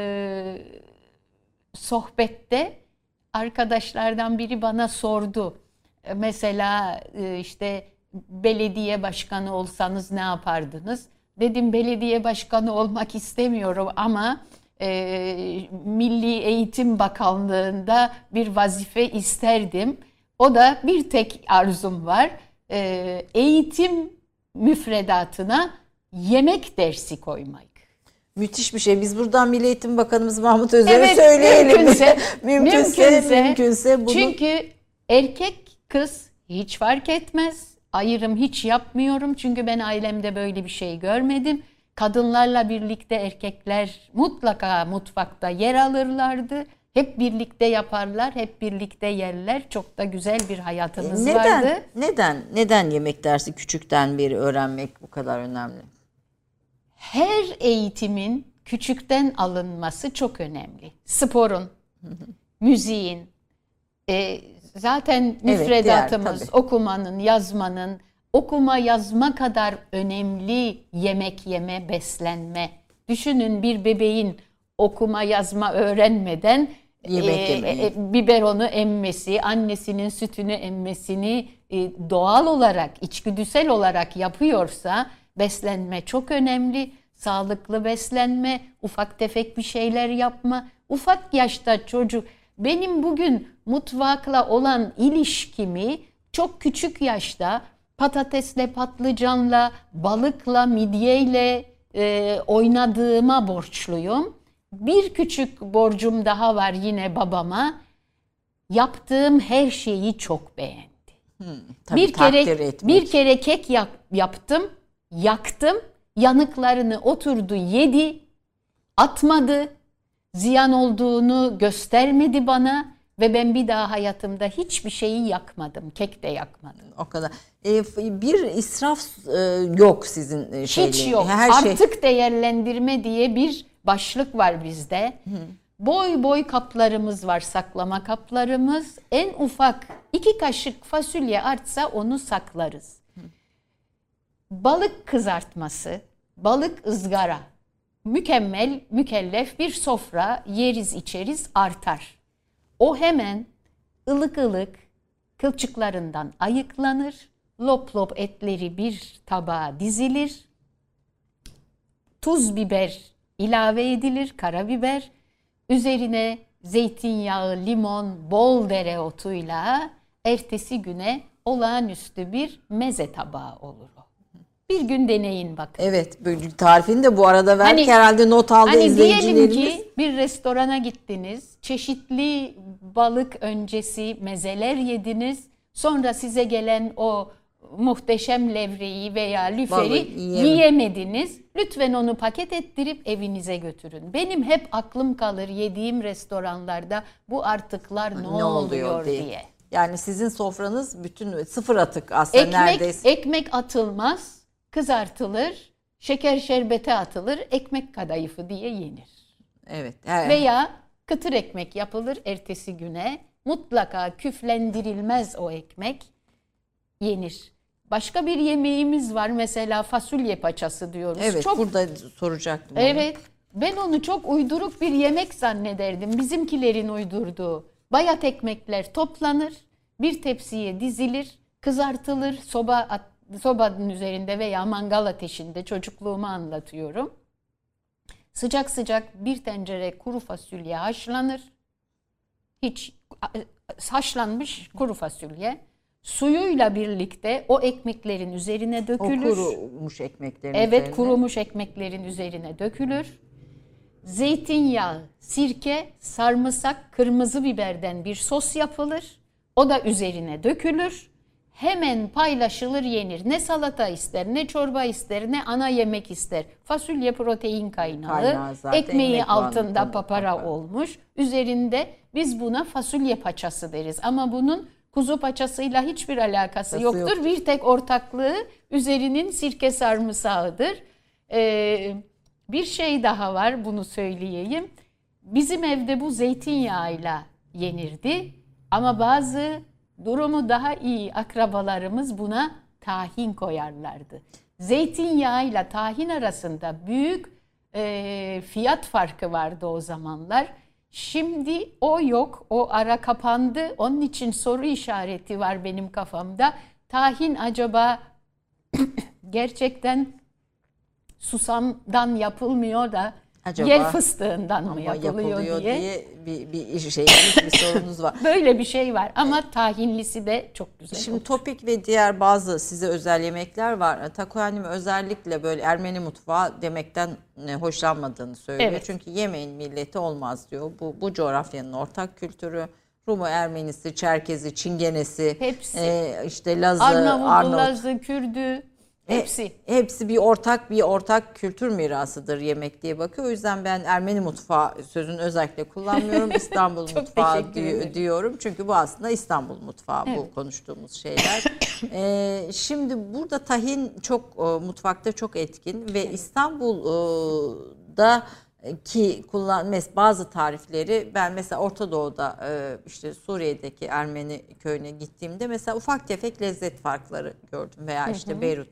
sohbette arkadaşlardan biri bana sordu. Mesela işte belediye başkanı olsanız ne yapardınız? Dedim belediye başkanı olmak istemiyorum ama Milli Eğitim Bakanlığı'nda bir vazife isterdim. O da bir tek arzum var. Eğitim müfredatına yemek dersi koymak. Müthiş bir şey. Biz buradan Milli Eğitim Bakanımız Mahmut Özer'e söyleyelim. Mümkünse bunu. Çünkü erkek kız hiç fark etmez. Ayrım hiç yapmıyorum. Çünkü ben ailemde böyle bir şey görmedim. Kadınlarla birlikte erkekler mutlaka mutfakta yer alırlardı. Hep birlikte yaparlar, hep birlikte yerler. Çok da güzel bir hayatımız vardı. Neden yemek dersi küçükten beri öğrenmek bu kadar önemli? Her eğitimin küçükten alınması çok önemli. Sporun, müziğin, zaten müfredatımız, okumanın, yazmanın, okuma yazma kadar önemli yemek yeme, beslenme Düşünün, bir bebeğin okuma yazma öğrenmeden biberonu emmesi, annesinin sütünü emmesini doğal olarak, içgüdüsel olarak yapıyorsa beslenme çok önemli. Sağlıklı beslenme, ufak tefek bir şeyler yapma. Ufak yaşta çocuk, benim bugün mutfakla olan ilişkimi çok küçük yaşta patatesle, patlıcanla, balıkla, midyeyle oynadığıma borçluyum. Bir küçük borcum daha var yine babama. Yaptığım her şeyi çok beğendi. Bir kere kek yaptım, yaktım. Yanıklarını oturdu, yedi, atmadı. Ziyan olduğunu göstermedi bana ve ben bir daha hayatımda hiçbir şeyi yakmadım. Kek de yakmadım. O kadar. Bir israf yok sizin şeyle. Hiç yok. Artık değerlendirme diye bir başlık var bizde. Boy boy kaplarımız var, saklama kaplarımız. En ufak 2 kaşık fasulye artsa onu saklarız. Balık kızartması, balık ızgara, mükemmel, mükellef bir sofra yeriz içeriz artar. O hemen ılık ılık kılçıklarından ayıklanır, lop lop etleri bir tabağa dizilir, tuz biber ilave edilir, karabiber, üzerine zeytinyağı, limon, bol dereotuyla ertesi güne olağanüstü bir meze tabağı olur o. Bir gün deneyin bakın. Evet, tarifini de bu arada verdik, herhalde not aldı izleyicilerimiz. Diyelim ki bir restorana gittiniz, çeşitli balık öncesi mezeler yediniz, sonra size gelen o muhteşem levreyi veya lüferi yiyemediniz. Lütfen onu paket ettirip evinize götürün. Benim hep aklım kalır yediğim restoranlarda bu artıklar ne oluyor diye. Yani sizin sofranız bütün sıfır atık aslında neredeyse. Ekmek atılmaz, kızartılır, şeker şerbete atılır, ekmek kadayıfı diye yenir. Evet. Veya kıtır ekmek yapılır ertesi güne, mutlaka küflendirilmez o ekmek, yenir. Başka bir yemeğimiz var, mesela fasulye paçası diyoruz. Evet, burada soracaktım. Evet, ben onu çok uyduruk bir yemek zannederdim. Bizimkilerin uydurduğu. Bayat ekmekler toplanır, bir tepsiye dizilir, kızartılır, sobanın üzerinde veya mangal ateşinde, çocukluğumu anlatıyorum. Sıcak sıcak bir tencere kuru fasulye haşlanır. Hiç haşlanmış kuru fasulye. Suyuyla birlikte o ekmeklerin üzerine dökülür. O kurumuş ekmeklerin üzerine. Evet, kurumuş ekmeklerin üzerine dökülür. Zeytinyağı, sirke, sarımsak, kırmızı biberden bir sos yapılır. O da üzerine dökülür. Hemen paylaşılır, yenir. Ne salata ister, ne çorba ister, ne ana yemek ister. Fasulye protein kaynağı ekmeği altında papara olmuş. Üzerinde biz buna fasulye paçası deriz. Ama bunun kuzu paçasıyla hiçbir alakası yoktur. Bir tek ortaklığı üzerinin sirke sarımsağıdır. Bir şey daha var, bunu söyleyeyim. Bizim evde bu zeytinyağıyla yenirdi. Ama bazı durumu daha iyi akrabalarımız buna tahin koyarlardı. Zeytinyağıyla tahin arasında büyük fiyat farkı vardı o zamanlar. Şimdi o yok, o ara kapandı. Onun için soru işareti var benim kafamda. Tahin acaba gerçekten susamdan yapılmıyor da acaba yer fıstığından mı yapılıyor diye bir sorunuz var. Böyle bir şey var ama tahinlisi de çok güzel. Şimdi olur. topik ve diğer bazı size özel yemekler var. Taco Hanım özellikle böyle Ermeni mutfağı demekten hoşlanmadığını söylüyor. Evet. Çünkü yemeğin milleti olmaz diyor. Bu coğrafyanın ortak kültürü. Rumu, Ermenisi, Çerkezi, Çingenesi, hepsi. İşte Lazı, Arnavut, Lazı, Kürdü. Hepsi bir ortak kültür mirasıdır yemek diye bakıyor. O yüzden ben Ermeni mutfağı sözünü özellikle kullanmıyorum. İstanbul mutfağı diyorum. Çünkü bu aslında İstanbul mutfağı, bu konuştuğumuz şeyler. Şimdi burada tahin çok mutfakta çok etkin ve İstanbul'da ki bazı tarifleri ben mesela Orta Doğu'da işte Suriye'deki Ermeni köyüne gittiğimde mesela ufak tefek lezzet farkları gördüm veya işte Beyrut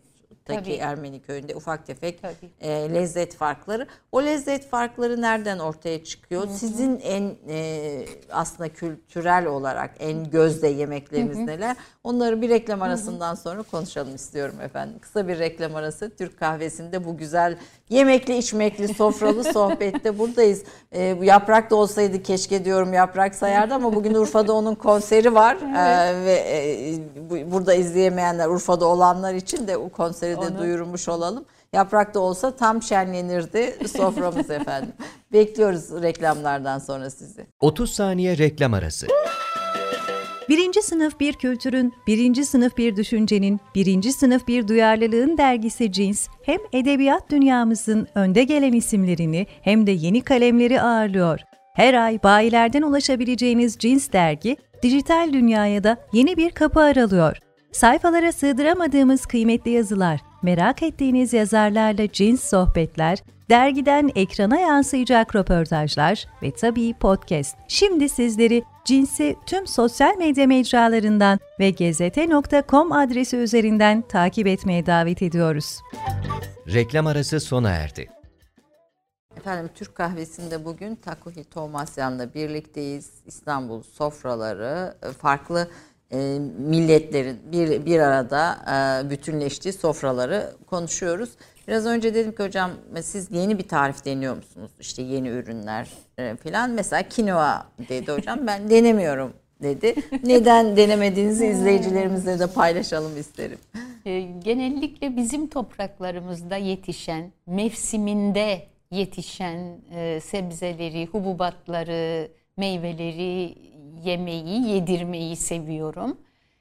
Şuşa'daki Ermeni köyünde ufak tefek Tabii. lezzet farkları. O lezzet farkları nereden ortaya çıkıyor? Sizin en aslında kültürel olarak en gözde yemekleriniz neler? Onları bir reklam arasından sonra konuşalım istiyorum efendim. Kısa bir reklam arası. Türk kahvesinde bu güzel yemekli içmekli sofralı sohbette buradayız. Yaprak da olsaydı keşke diyorum, Yaprak sayardı ama bugün Urfa'da onun konseri var. Ve burada izleyemeyenler, Urfa'da olanlar için de o konseri de duyurmuş olalım. Yaprak da olsa tam şenlenirdi soframız efendim. Bekliyoruz reklamlardan sonra sizi. 30 saniye reklam arası. Birinci sınıf bir kültürün, birinci sınıf bir düşüncenin, birinci sınıf bir duyarlılığın dergisi Cins, hem edebiyat dünyamızın önde gelen isimlerini hem de yeni kalemleri ağırlıyor. Her ay bayilerden ulaşabileceğiniz Cins dergi, dijital dünyaya da yeni bir kapı aralıyor. Sayfalara sığdıramadığımız kıymetli yazılar, merak ettiğiniz yazarlarla cins sohbetler, dergiden ekrana yansıyacak röportajlar ve tabii podcast. Şimdi sizleri Cins'i tüm sosyal medya mecralarından ve gezete.com adresi üzerinden takip etmeye davet ediyoruz. Reklam arası sona erdi. Efendim Türk kahvesinde bugün Takuhi Tomasyan'la birlikteyiz. İstanbul sofraları farklı milletlerin bir arada bütünleştiği sofraları konuşuyoruz. Biraz önce dedim ki hocam siz yeni bir tarif deniyor musunuz? İşte yeni ürünler falan. Mesela kinoa dedi hocam, ben denemiyorum dedi. Neden denemediğinizi izleyicilerimizle de paylaşalım isterim. Genellikle bizim topraklarımızda yetişen, mevsiminde yetişen sebzeleri, hububatları, meyveleri yemeyi, yedirmeyi seviyorum.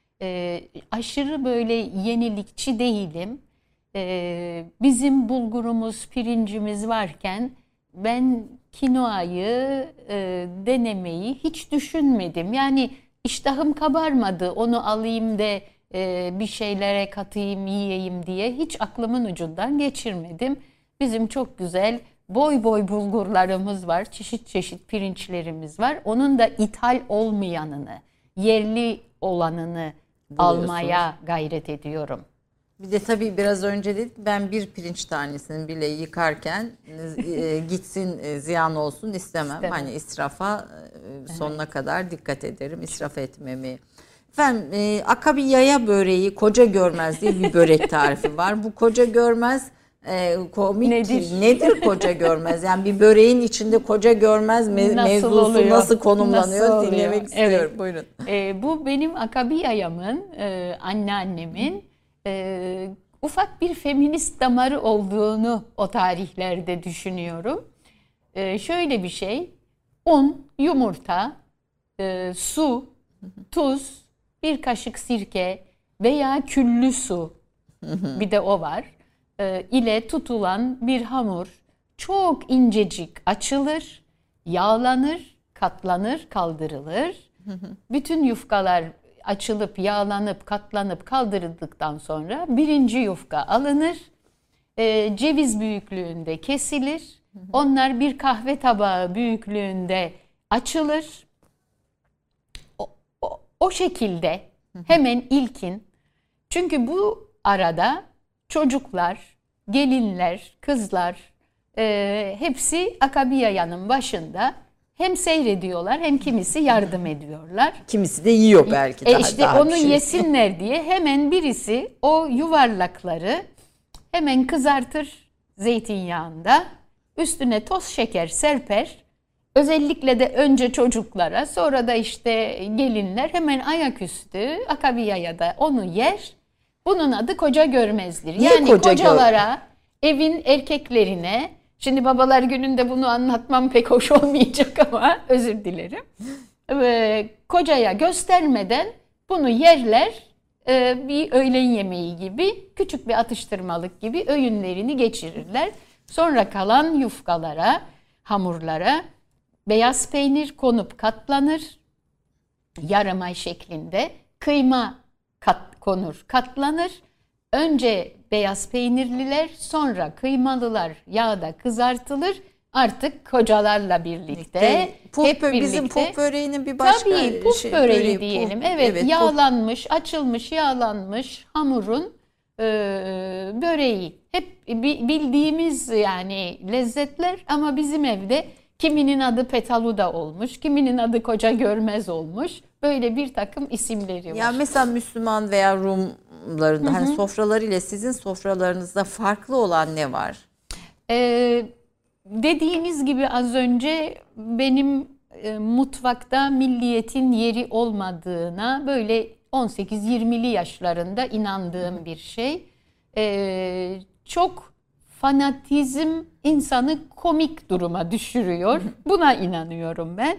Aşırı böyle yenilikçi değilim. Bizim bulgurumuz, pirincimiz varken ben kinoayı denemeyi hiç düşünmedim. Yani iştahım kabarmadı, onu alayım da bir şeylere katayım, yiyeyim diye hiç aklımın ucundan geçirmedim. Bizim çok güzel boy boy bulgurlarımız var, çeşit çeşit pirinçlerimiz var. Onun da ithal olmayanını, yerli olanını almaya gayret ediyorum. Bir de tabii biraz önce dedik, ben bir pirinç tanesini bile yıkarken gitsin ziyan olsun istemem. Hani israfa sonuna kadar dikkat ederim, israf etmemi. Efendim akabi yaya böreği koca görmez diye bir börek tarifi var. Bu koca görmez komik nedir koca görmez? Yani bir böreğin içinde koca görmez mevzusu nasıl konumlanıyor dinlemek istiyorum. Evet. Buyurun. Bu benim akabi yayamın, anneannemin ufak bir feminist damarı olduğunu o tarihlerde düşünüyorum. Şöyle bir şey, un, yumurta, su, tuz, bir kaşık sirke veya küllü su, bir de o var, ile tutulan bir hamur çok incecik açılır, yağlanır, katlanır, kaldırılır. Bütün yufkalar açılıp, yağlanıp, katlanıp, kaldırıldıktan sonra birinci yufka alınır, ceviz büyüklüğünde kesilir. Onlar bir kahve tabağı büyüklüğünde açılır. O şekilde hemen ilkin. Çünkü bu arada çocuklar, gelinler, kızlar hepsi akabi yayanın başında hem seyrediyorlar hem kimisi yardım ediyorlar. Kimisi de yiyor belki daha. İşte onu yesinler diye hemen birisi o yuvarlakları hemen kızartır zeytinyağında. Üstüne toz şeker serper. Özellikle de önce çocuklara, sonra da işte gelinler hemen ayaküstü akabi yayada onu yer. Bunun adı koca görmezdir. Yani kocalara, evin erkeklerine, şimdi babalar gününde bunu anlatmam pek hoş olmayacak ama özür dilerim. Kocaya göstermeden bunu yerler, bir öğlen yemeği gibi, küçük bir atıştırmalık gibi öğünlerini geçirirler. Sonra kalan yufkalara, hamurlara beyaz peynir konup katlanır, yarım ay şeklinde kıyma konur, katlanır. Önce beyaz peynirliler, sonra kıymalılar yağda kızartılır. Artık kocalarla birlikte, hep birlikte. Bizim puf böreğinin bir başka puf böreği diyelim. Evet, yağlanmış, açılmış, yağlanmış hamurun böreği. Hep bildiğimiz yani lezzetler ama bizim evde kiminin adı Petaluda olmuş, kiminin adı Koca Görmez olmuş. Böyle bir takım isimleri var. Ya mesela Müslüman veya Rumların hani sofralarıyla sizin sofralarınızda farklı olan ne var? Dediğiniz gibi az önce benim mutfakta milliyetin yeri olmadığına böyle 18-20'li yaşlarında inandığım bir şey. Çok fanatizm insanı komik duruma düşürüyor. Buna inanıyorum ben.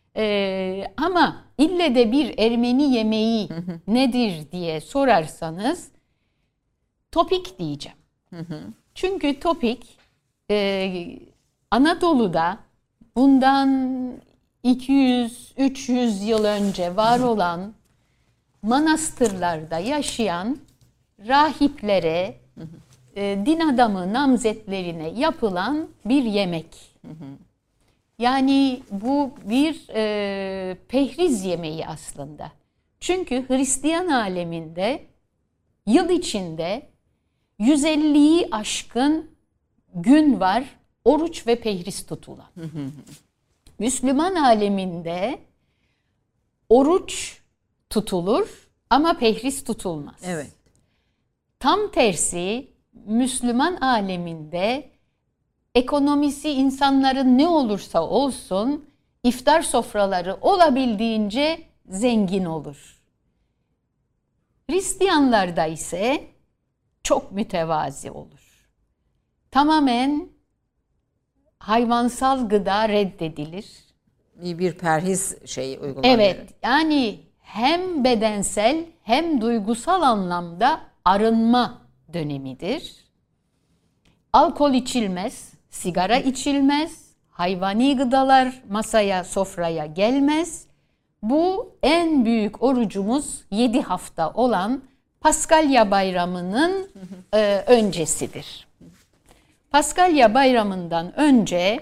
Ama ille de bir Ermeni yemeği nedir diye sorarsanız topik diyeceğim. Çünkü topik Anadolu'da bundan 200-300 yıl önce var olan manastırlarda yaşayan rahiplere, din adamı namzetlerine yapılan bir yemek. Yani bu bir pehriz yemeği aslında. Çünkü Hristiyan aleminde yıl içinde 150'yi aşkın gün var oruç ve pehriz tutulan. Müslüman aleminde oruç tutulur ama pehriz tutulmaz. Evet. Tam tersi Müslüman aleminde ekonomisi insanların ne olursa olsun iftar sofraları olabildiğince zengin olur. Hristiyanlarda ise çok mütevazi olur. Tamamen hayvansal gıda reddedilir. Bir perhiz uygulanıyor. Evet, yani hem bedensel hem duygusal anlamda arınma dönemidir. Alkol içilmez, sigara içilmez, hayvani gıdalar masaya, sofraya gelmez. Bu en büyük orucumuz 7 hafta olan Paskalya Bayramı'nın öncesidir. Paskalya Bayramı'ndan önce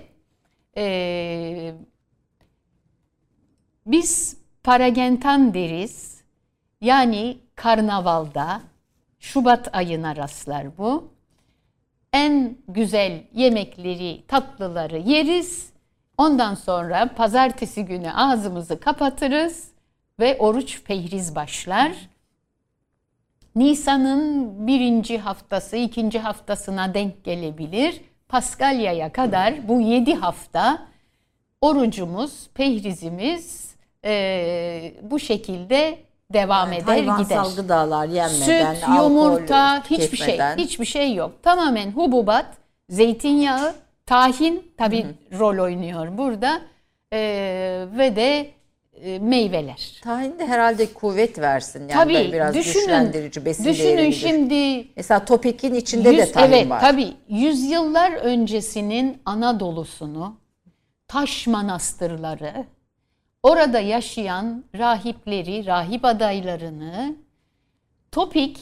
biz Paragentan deriz. Yani karnavalda, Şubat ayına rastlar bu. En güzel yemekleri, tatlıları yeriz. Ondan sonra pazartesi günü ağzımızı kapatırız ve oruç pehriz başlar. Nisan'ın 1. haftası, 2. haftasına denk gelebilir. Paskalya'ya kadar bu 7 hafta orucumuz, pehrizimiz bu şekilde devam eder gider. Hayvansal gıdalar yenmeden, Süt, alkol yumurta, tüketmeden. hiçbir şey yok. Tamamen hububat, zeytinyağı, tahin tabii rol oynuyor burada ve de meyveler. Tahin de herhalde kuvvet versin. Yani Tabii biraz güçlendirici, besin düşünün değeridir. şimdi. Mesela topikin içinde de tahin var. Tabii yüzyıllar öncesinin Anadolu'sunu, taş manastırları, orada yaşayan rahipleri, rahip adaylarını topik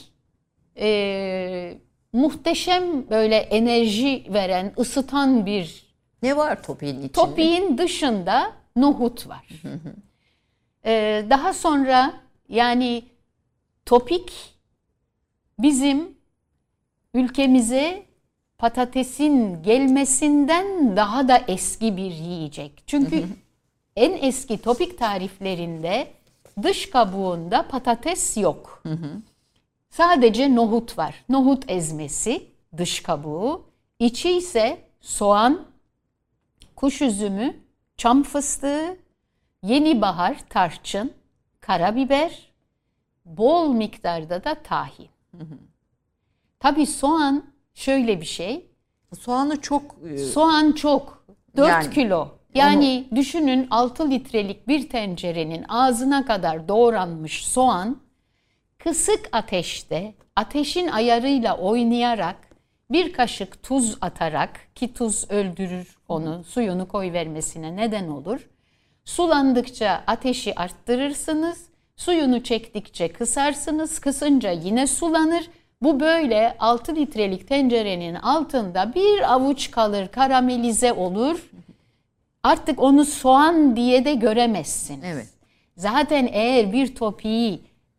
muhteşem böyle enerji veren, ısıtan bir. Ne var topiğin içinde? Topiğin dışında nohut var. Daha sonra yani topik bizim ülkemize patatesin gelmesinden daha da eski bir yiyecek. Çünkü en eski topik tariflerinde dış kabuğunda patates yok. Sadece nohut var. Nohut ezmesi, dış kabuğu. İçi ise soğan, kuş üzümü, çam fıstığı, yeni bahar, tarçın, karabiber, bol miktarda da tahin. Tabii soğan şöyle bir şey. Soğanı çok... Soğan çok. 4 Yani, kilo. Yani düşünün 6 litrelik bir tencerenin ağzına kadar doğranmış soğan kısık ateşte ateşin ayarıyla oynayarak bir kaşık tuz atarak, ki tuz öldürür onu, suyunu koyvermesine neden olur. Sulandıkça ateşi arttırırsınız, suyunu çektikçe kısarsınız, kısınca yine sulanır. Bu böyle 6 litrelik tencerenin altında bir avuç kalır, karamelize olur. Artık onu soğan diye de göremezsiniz. Evet. Zaten eğer bir topiği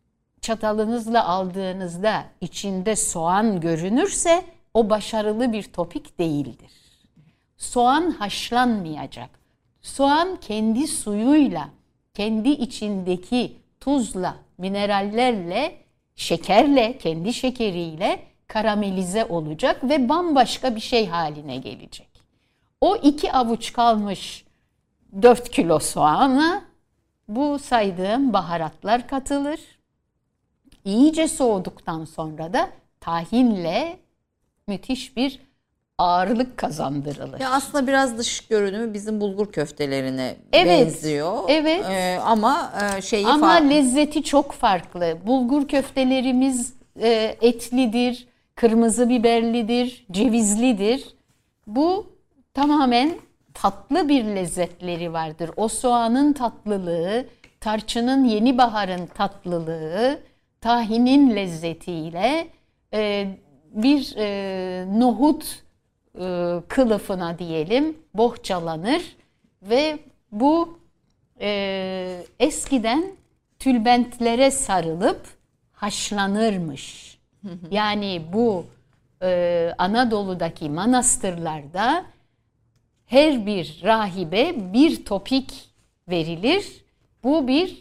çatalınızla aldığınızda içinde soğan görünürse o başarılı bir topik değildir. Soğan haşlanmayacak. Soğan kendi suyuyla, kendi içindeki tuzla, minerallerle, şekerle, kendi şekeriyle karamelize olacak ve bambaşka bir şey haline gelecek. O 2 avuç kalmış 4 kilo soğana bu saydığım baharatlar katılır. İyice soğuduktan sonra da tahinle müthiş bir ağırlık kazandırılır. Ya aslında biraz dış görünümü bizim bulgur köftelerine Evet, benziyor. evet. Ama şeyi Ama farklı. lezzeti çok farklı. Bulgur köftelerimiz etlidir, kırmızı biberlidir, cevizlidir. Bu tamamen tatlı bir lezzetleri vardır. O soğanın tatlılığı, tarçının, yeni baharın tatlılığı, tahinin lezzetiyle bir nohut kılıfına diyelim bohçalanır ve bu eskiden tülbentlere sarılıp haşlanırmış. Yani bu Anadolu'daki manastırlarda her bir rahibe bir topik verilir. Bu bir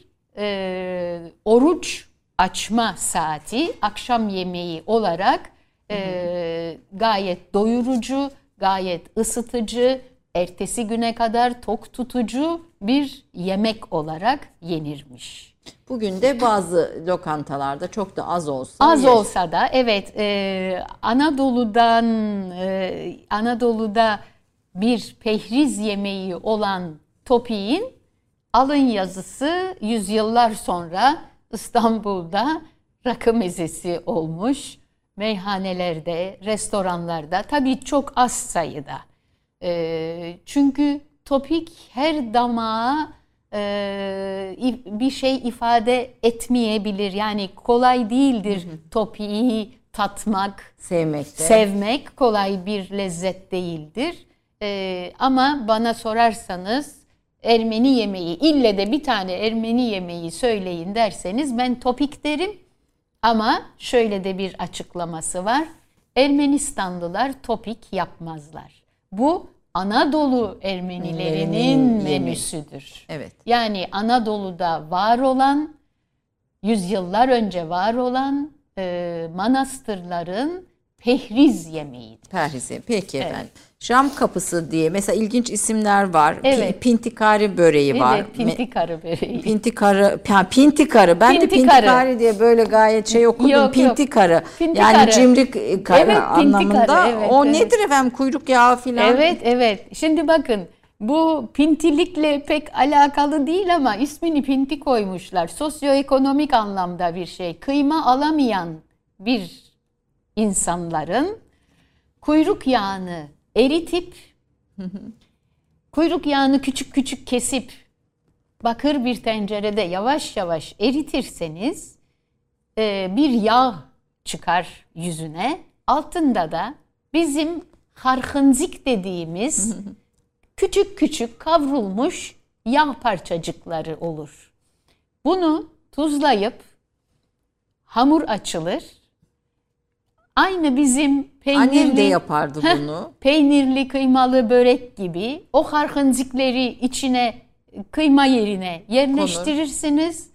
oruç açma saati, akşam yemeği olarak gayet doyurucu, gayet ısıtıcı, ertesi güne kadar tok tutucu bir yemek olarak yenirmiş. Bugün de bazı lokantalarda çok da az olsa Az olsa da evet, Anadolu'da bir pehriz yemeği olan topiğin alın yazısı yüzyıllar sonra İstanbul'da rakı mezesi olmuş. Meyhanelerde, restoranlarda tabii çok az sayıda. Çünkü topik her damağa bir şey ifade etmeyebilir. Yani kolay değildir topiği tatmak, sevmek kolay bir lezzet değildir. Ama bana sorarsanız Ermeni yemeği, ille de bir tane Ermeni yemeği söyleyin derseniz ben topik derim. Ama şöyle de bir açıklaması var. Ermenistanlılar topik yapmazlar. Bu Anadolu Ermenilerinin menüsüdür. Evet. Yani Anadolu'da var olan, yüzyıllar önce var olan manastırların pehriz yemeğidir. Perhizi. Peki efendim. Şam kapısı diye mesela ilginç isimler var. Evet. Pintikari böreği var. Evet, pintikarı böreği. Pintikarı. Ben de pintikari diye böyle gayet şey okudum. Yok. Pintikarı. Pintikarı. Yani cimri karı Evet, anlamında. pintikarı, evet, O evet. nedir efendim? Kuyruk yağı filan. Evet. Şimdi bakın, bu pintilikle pek alakalı değil ama ismini pinti koymuşlar. Sosyoekonomik anlamda bir şey. Kıyma alamayan bir insanların kuyruk yağını eritip kuyruk yağını küçük küçük kesip bakır bir tencerede yavaş yavaş eritirseniz bir yağ çıkar yüzüne. Altında da bizim harhınzik dediğimiz küçük küçük kavrulmuş yağ parçacıkları olur. Bunu tuzlayıp hamur açılır. Aynı bizim peynirli... Annem de yapardı bunu. Peynirli kıymalı börek gibi o harhınzikleri içine kıyma yerine yerleştirirsiniz.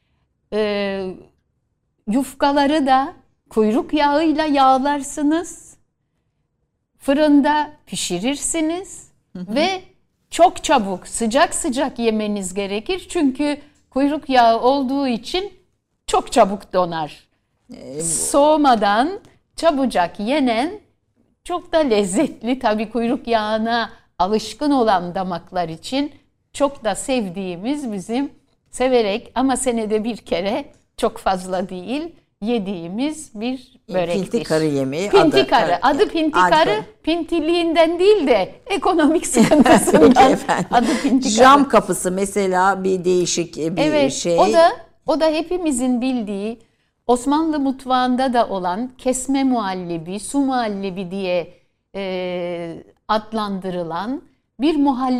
Yufkaları da kuyruk yağıyla yağlarsınız. Fırında pişirirsiniz. Ve çok çabuk sıcak sıcak yemeniz gerekir. Çünkü kuyruk yağı olduğu için çok çabuk donar. Soğumadan çabucak yenen çok da lezzetli. Tabii kuyruk yağına alışkın olan damaklar için çok da sevdiğimiz, bizim severek ama senede bir kere, çok fazla değil, yediğimiz bir börektir. Pintikarı yemeği. Adı pintikarı, pintiliğinden değil de ekonomik sıkıntısından adı pintikarı. Cam kapısı mesela bir değişik bir şey. O da hepimizin bildiği, Osmanlı mutfağında da olan kesme muhallebi, su muhallebi diye adlandırılan bir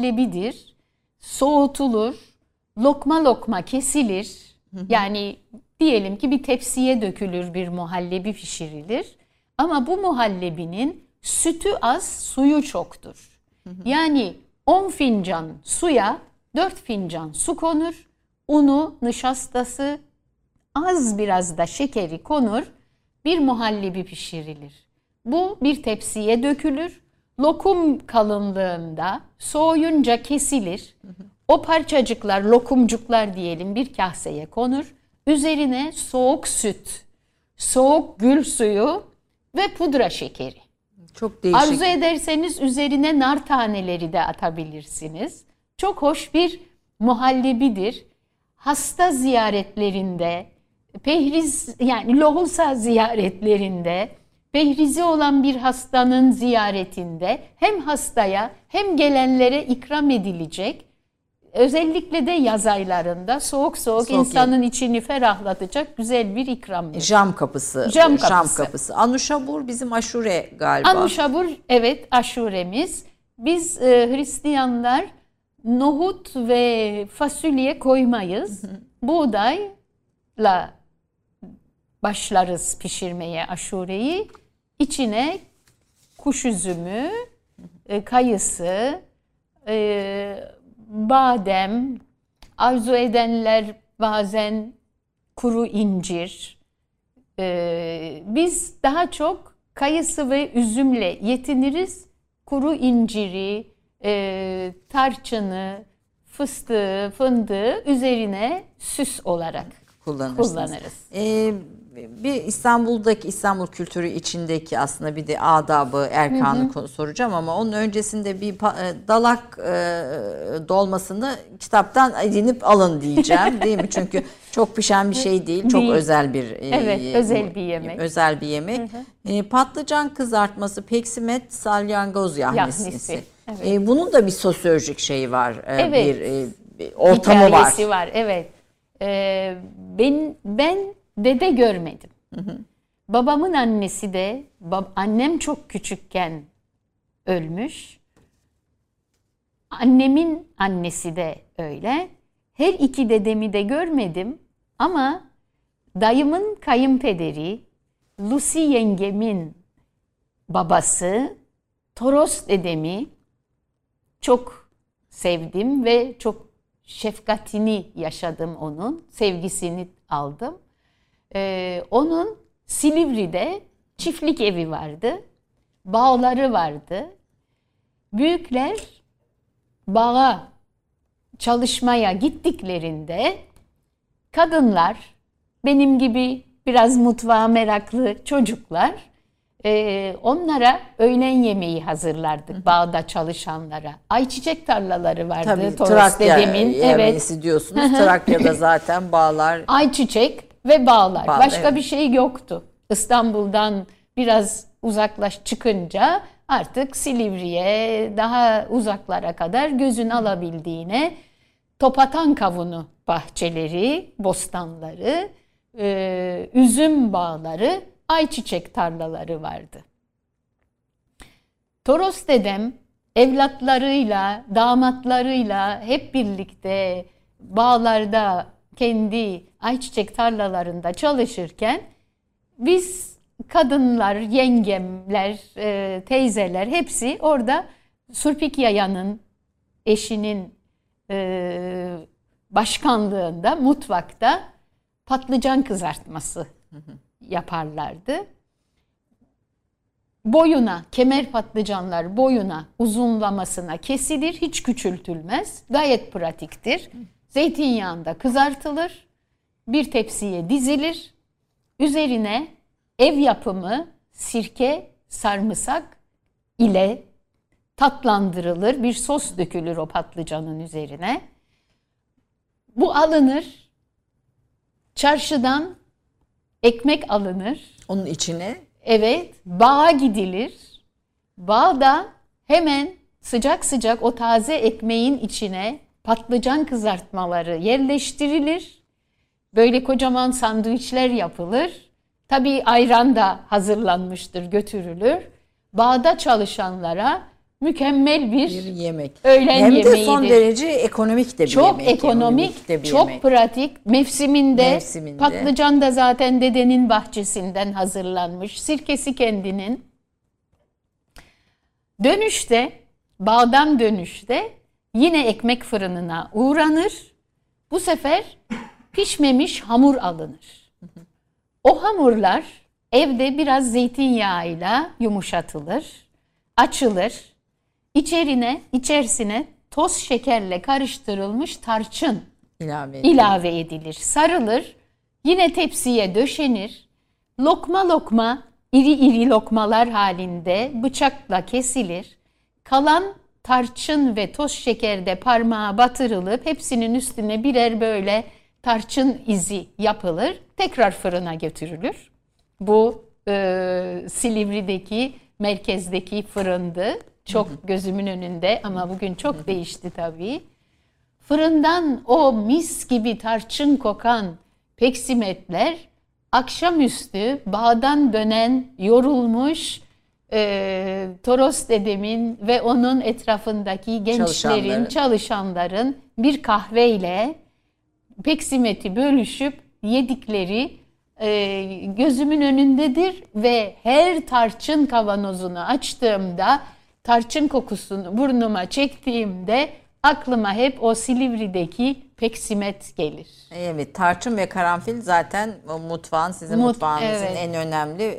muhallebidir. Soğutulur, lokma lokma kesilir. Yani diyelim ki bir tepsiye dökülür, bir muhallebi pişirilir. Ama bu muhallebinin sütü az, suyu çoktur. Yani 10 fincan suya 4 fincan su konur. Unu, nişastası, az biraz da şekeri konur. Bir muhallebi pişirilir. Bu bir tepsiye dökülür. Lokum kalınlığında soğuyunca kesilir. O parçacıklar, lokumcuklar diyelim, bir kaseye konur. Üzerine soğuk süt, soğuk gül suyu ve pudra şekeri. Çok değişik. Arzu ederseniz üzerine nar taneleri de atabilirsiniz. Çok hoş bir muhallebidir. Hasta ziyaretlerinde, pehriz yani lohusa ziyaretlerinde, pehrizi olan bir hastanın ziyaretinde hem hastaya hem gelenlere ikram edilecek. Özellikle de yaz aylarında soğuk insanın içini ferahlatacak güzel bir ikramdır. Jam kapısı. Jam kapısı. Anuşabur bizim aşure galiba. Anuşabur evet aşuremiz. Biz Hristiyanlar nohut ve fasulye koymayız. Buğdayla başlarız pişirmeye aşureyi. İçine kuş üzümü, kayısı, badem, arzu edenler bazen kuru incir. Biz daha çok kayısı ve üzümle yetiniriz. Kuru inciri, tarçını, fıstığı, fındığı üzerine süs olarak kullanırız. Bir İstanbul kültürü içindeki aslında bir de adabı, erkanı soracağım ama onun öncesinde bir dalak dolmasını kitaptan edinip alın diyeceğim değil mi? Çünkü çok pişen bir şey değil, çok özel bir özel bir yemek. Özel bir yemek. Patlıcan kızartması, peksimet, salyangoz yahnisi. Evet. Bunun da bir sosyolojik şeyi var, bir ortamı var. Evet. Ben dede görmedim. Babamın annesi de, annem çok küçükken ölmüş. Annemin annesi de öyle. Her iki dedemi de görmedim ama dayımın kayınpederi, Lucy yengemin babası, Toros dedemi çok sevdim ve çok şefkatini yaşadım onun, sevgisini aldım. Onun Silivri'de çiftlik evi vardı, bağları vardı. Büyükler bağa çalışmaya gittiklerinde kadınlar, benim gibi biraz mutfağa meraklı çocuklar, onlara öğlen yemeği hazırlardık bağda çalışanlara. Ayçiçek tarlaları vardı. Tabii Toros dedemin. Evet. Diyorsunuz. Trakya'da zaten bağlar. Ayçiçek ve bağlar. Başka bir şey yoktu. İstanbul'dan biraz çıkınca artık Silivri'ye, daha uzaklara kadar gözün alabildiğine topatan kavunu bahçeleri, bostanları, üzüm bağları, ayçiçek tarlaları vardı. Toros dedem evlatlarıyla, damatlarıyla hep birlikte bağlarda, kendi ayçiçek tarlalarında çalışırken biz kadınlar, yengemler, teyzeler hepsi orada Surpik Yaya'nın eşinin başkanlığında mutfakta patlıcan kızartması yaparlardı. Boyuna, kemer patlıcanlar boyuna, uzunlamasına kesilir, hiç küçültülmez. Gayet pratiktir. Zeytinyağında kızartılır, bir tepsiye dizilir. Üzerine ev yapımı sirke, sarımsak ile tatlandırılır. Bir sos dökülür o patlıcanın üzerine. Bu alınır. Çarşıdan ekmek alınır. Onun içine? Evet, bağa gidilir. Bağda hemen sıcak sıcak o taze ekmeğin içine patlıcan kızartmaları yerleştirilir. Böyle kocaman sandviçler yapılır. Tabii ayran da hazırlanmıştır, götürülür. Bağda çalışanlara mükemmel Bir bir yemek. öğlen Hem de yemeğidir. son derece ekonomik de bir Çok yemek. ekonomik, de bir çok yemek. pratik. Mevsiminde, Mevsiminde. patlıcan da zaten dedenin bahçesinden hazırlanmış. Sirkesi kendinin. Dönüşte, bağdan dönüşte yine ekmek fırınına uğranır. Bu sefer pişmemiş hamur alınır. O hamurlar evde biraz zeytinyağıyla yumuşatılır, açılır. İçerisine toz şekerle karıştırılmış tarçın ilave edilir, sarılır. Yine tepsiye döşenir. Lokma lokma, iri iri lokmalar halinde bıçakla kesilir. Kalan tarçın ve toz şekerde parmağa batırılıp hepsinin üstüne birer böyle tarçın izi yapılır. Tekrar fırına götürülür. Bu Silivri'deki merkezdeki fırındı. Çok gözümün önünde ama bugün çok değişti tabii. Fırından o mis gibi tarçın kokan peksimetler akşamüstü bağdan dönen yorulmuş Toros dedemin ve onun etrafındaki gençlerin, çalışanların bir kahveyle peksimeti bölüşüp yedikleri gözümün önündedir ve her tarçın kavanozunu açtığımda, tarçın kokusunu burnuma çektiğimde aklıma hep o Silivri'deki peksimet gelir. Evet, tarçın ve karanfil zaten mutfağın, sizin mutfağınızın en önemli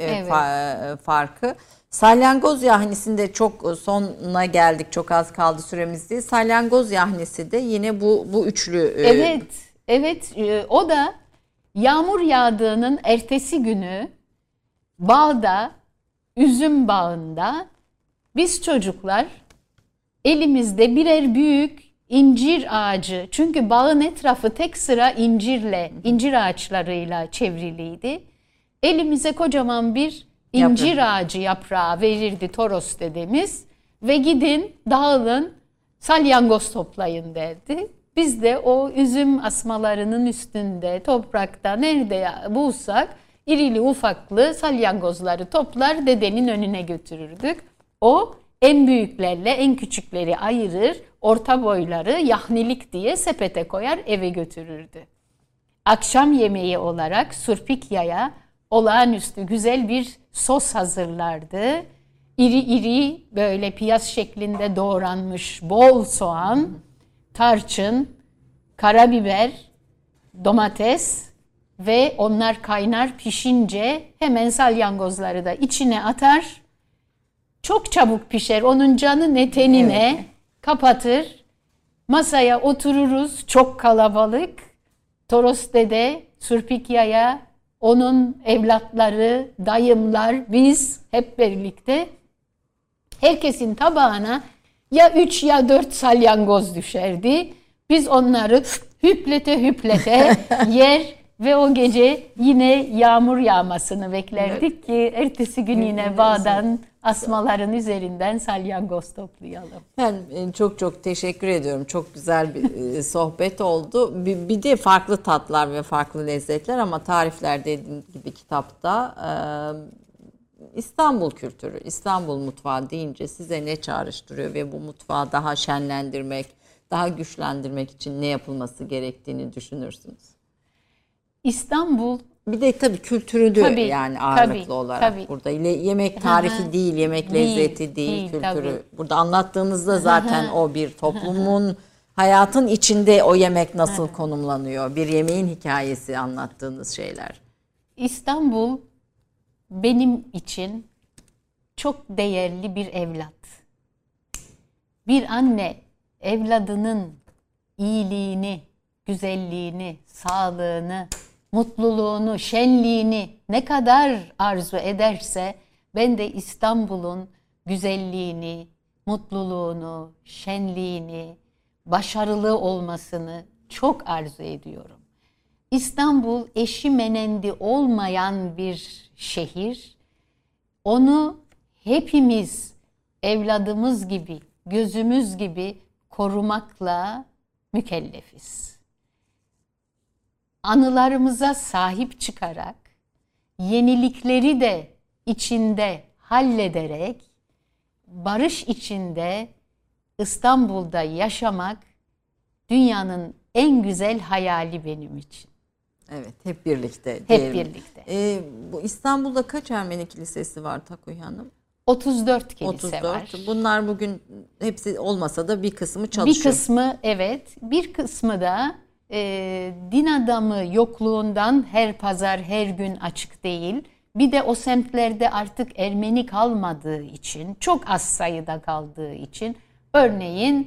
farkı. Salyangoz yahnisinde çok sonuna geldik, çok az kaldı süremiz değil. Salyangoz yahnisi de yine bu üçlü. Evet, o da yağmur yağdığının ertesi günü bağda, üzüm bağında biz çocuklar elimizde birer büyük incir ağacı, çünkü bağın etrafı tek sıra incir ağaçlarıyla çevriliydi. Elimize kocaman bir incir ağacı yaprağı verirdi Toros dedemiz ve gidin dağılın salyangoz toplayın derdi. Biz de o üzüm asmalarının üstünde, toprakta nerede bulsak irili ufaklı salyangozları toplar dedenin önüne götürürdük. O en büyüklerle en küçükleri ayırır, orta boyları yahnilik diye sepete koyar eve götürürdü. Akşam yemeği olarak Surpikya'ya olağanüstü güzel bir sos hazırlardı. İri iri böyle piyaz şeklinde doğranmış bol soğan, tarçın, karabiber, domates ve onlar kaynar pişince hemen salyangozları da içine atar. Çok çabuk pişer. Onun canı tenine kapatır. Masaya otururuz. Çok kalabalık. Toros dede, Surpikya'ya, onun evlatları, dayımlar, biz hep birlikte herkesin tabağına ya 3 ya 4 salyangoz düşerdi. Biz onları hüplete yer ve o gece yine yağmur yağmasını beklerdik ki ertesi gün yine bağdan asmaların üzerinden salyangoz toplayalım. Ben çok teşekkür ediyorum. Çok güzel bir sohbet oldu. Bir de farklı tatlar ve farklı lezzetler ama tarifler dediğim gibi kitapta İstanbul kültürü, İstanbul mutfağı deyince size ne çağrıştırıyor ve bu mutfağı daha şenlendirmek, daha güçlendirmek için ne yapılması gerektiğini düşünürsünüz? İstanbul bir de tabii kültürü de yani ağırlıklı olarak burada. Yemek tarifi değil, yemek lezzeti değil, kültürü. Tabii. Burada anlattığınızda zaten o bir toplumun, hayatın içinde o yemek nasıl konumlanıyor. Bir yemeğin hikayesi anlattığınız şeyler. İstanbul benim için çok değerli bir evlat. Bir anne evladının iyiliğini, güzelliğini, sağlığını, mutluluğunu, şenliğini ne kadar arzu ederse ben de İstanbul'un güzelliğini, mutluluğunu, şenliğini, başarılı olmasını çok arzu ediyorum. İstanbul eşi menendi olmayan bir şehir. Onu hepimiz evladımız gibi, gözümüz gibi korumakla mükellefiz. Anılarımıza sahip çıkarak, yenilikleri de içinde hallederek barış içinde İstanbul'da yaşamak dünyanın en güzel hayali benim için. Evet, hep birlikte Hep diyelim. birlikte. Bu İstanbul'da kaç Ermeni kilisesi var Takuhi Hanım? 34 kilise 34. var. Bunlar bugün hepsi olmasa da bir kısmı çalışıyor. Bir kısmı evet, bir kısmı da din adamı yokluğundan her pazar, her gün açık değil. Bir de o semtlerde artık Ermeni kalmadığı için, çok az sayıda kaldığı için, örneğin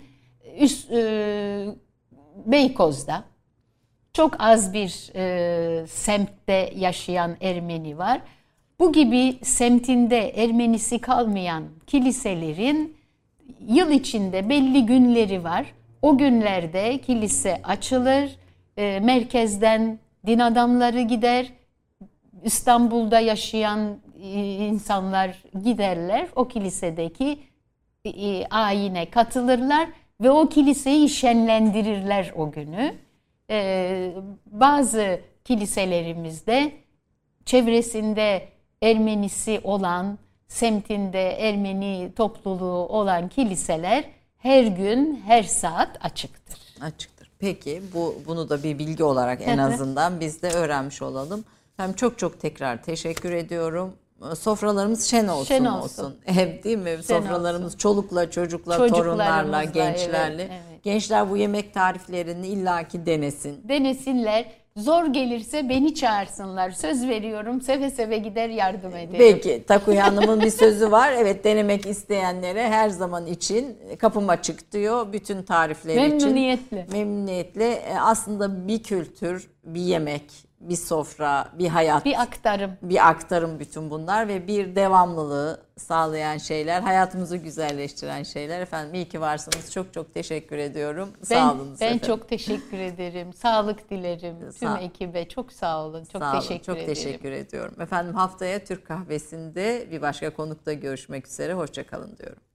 Beykoz'da çok az bir semtte yaşayan Ermeni var. Bu gibi semtinde Ermenisi kalmayan kiliselerin yıl içinde belli günleri var. O günlerde kilise açılır, merkezden din adamları gider, İstanbul'da yaşayan insanlar giderler, o kilisedeki ayine katılırlar ve o kiliseyi şenlendirirler o günü. Bazı kiliselerimizde çevresinde Ermenisi olan, semtinde Ermeni topluluğu olan kiliseler her gün, her saat açıktır. Açıktır. Peki bunu da bir bilgi olarak en azından biz de öğrenmiş olalım. Ben çok tekrar teşekkür ediyorum. Sofralarımız şen olsun. Hep değil mi? Sofralarımız olsun. Çolukla, çocuklarla, torunlarla, Çocuklarımızla, gençlerle. evet. Gençler bu yemek tariflerini illaki denesin. Denesinler. Zor gelirse beni çağırsınlar. Söz veriyorum, seve seve gider yardım ederim. Peki, Takuhi Hanım'ın bir sözü var. Evet, denemek isteyenlere her zaman için kapım açık diyor. Bütün tarifleri için. Memnuniyetle. Aslında bir kültür, bir yemek, bir sofra, bir hayat. Bir aktarım bütün bunlar ve bir devamlılığı sağlayan şeyler, hayatımızı güzelleştiren şeyler. Efendim iyi ki varsınız. Çok teşekkür ediyorum. Sağ olun. Ben çok teşekkür ederim. Sağlık dilerim tüm ekibe. Çok sağ olun. Çok teşekkür ediyorum. Efendim haftaya Türk Kahvesi'nde bir başka konukla görüşmek üzere. Hoşça kalın diyorum.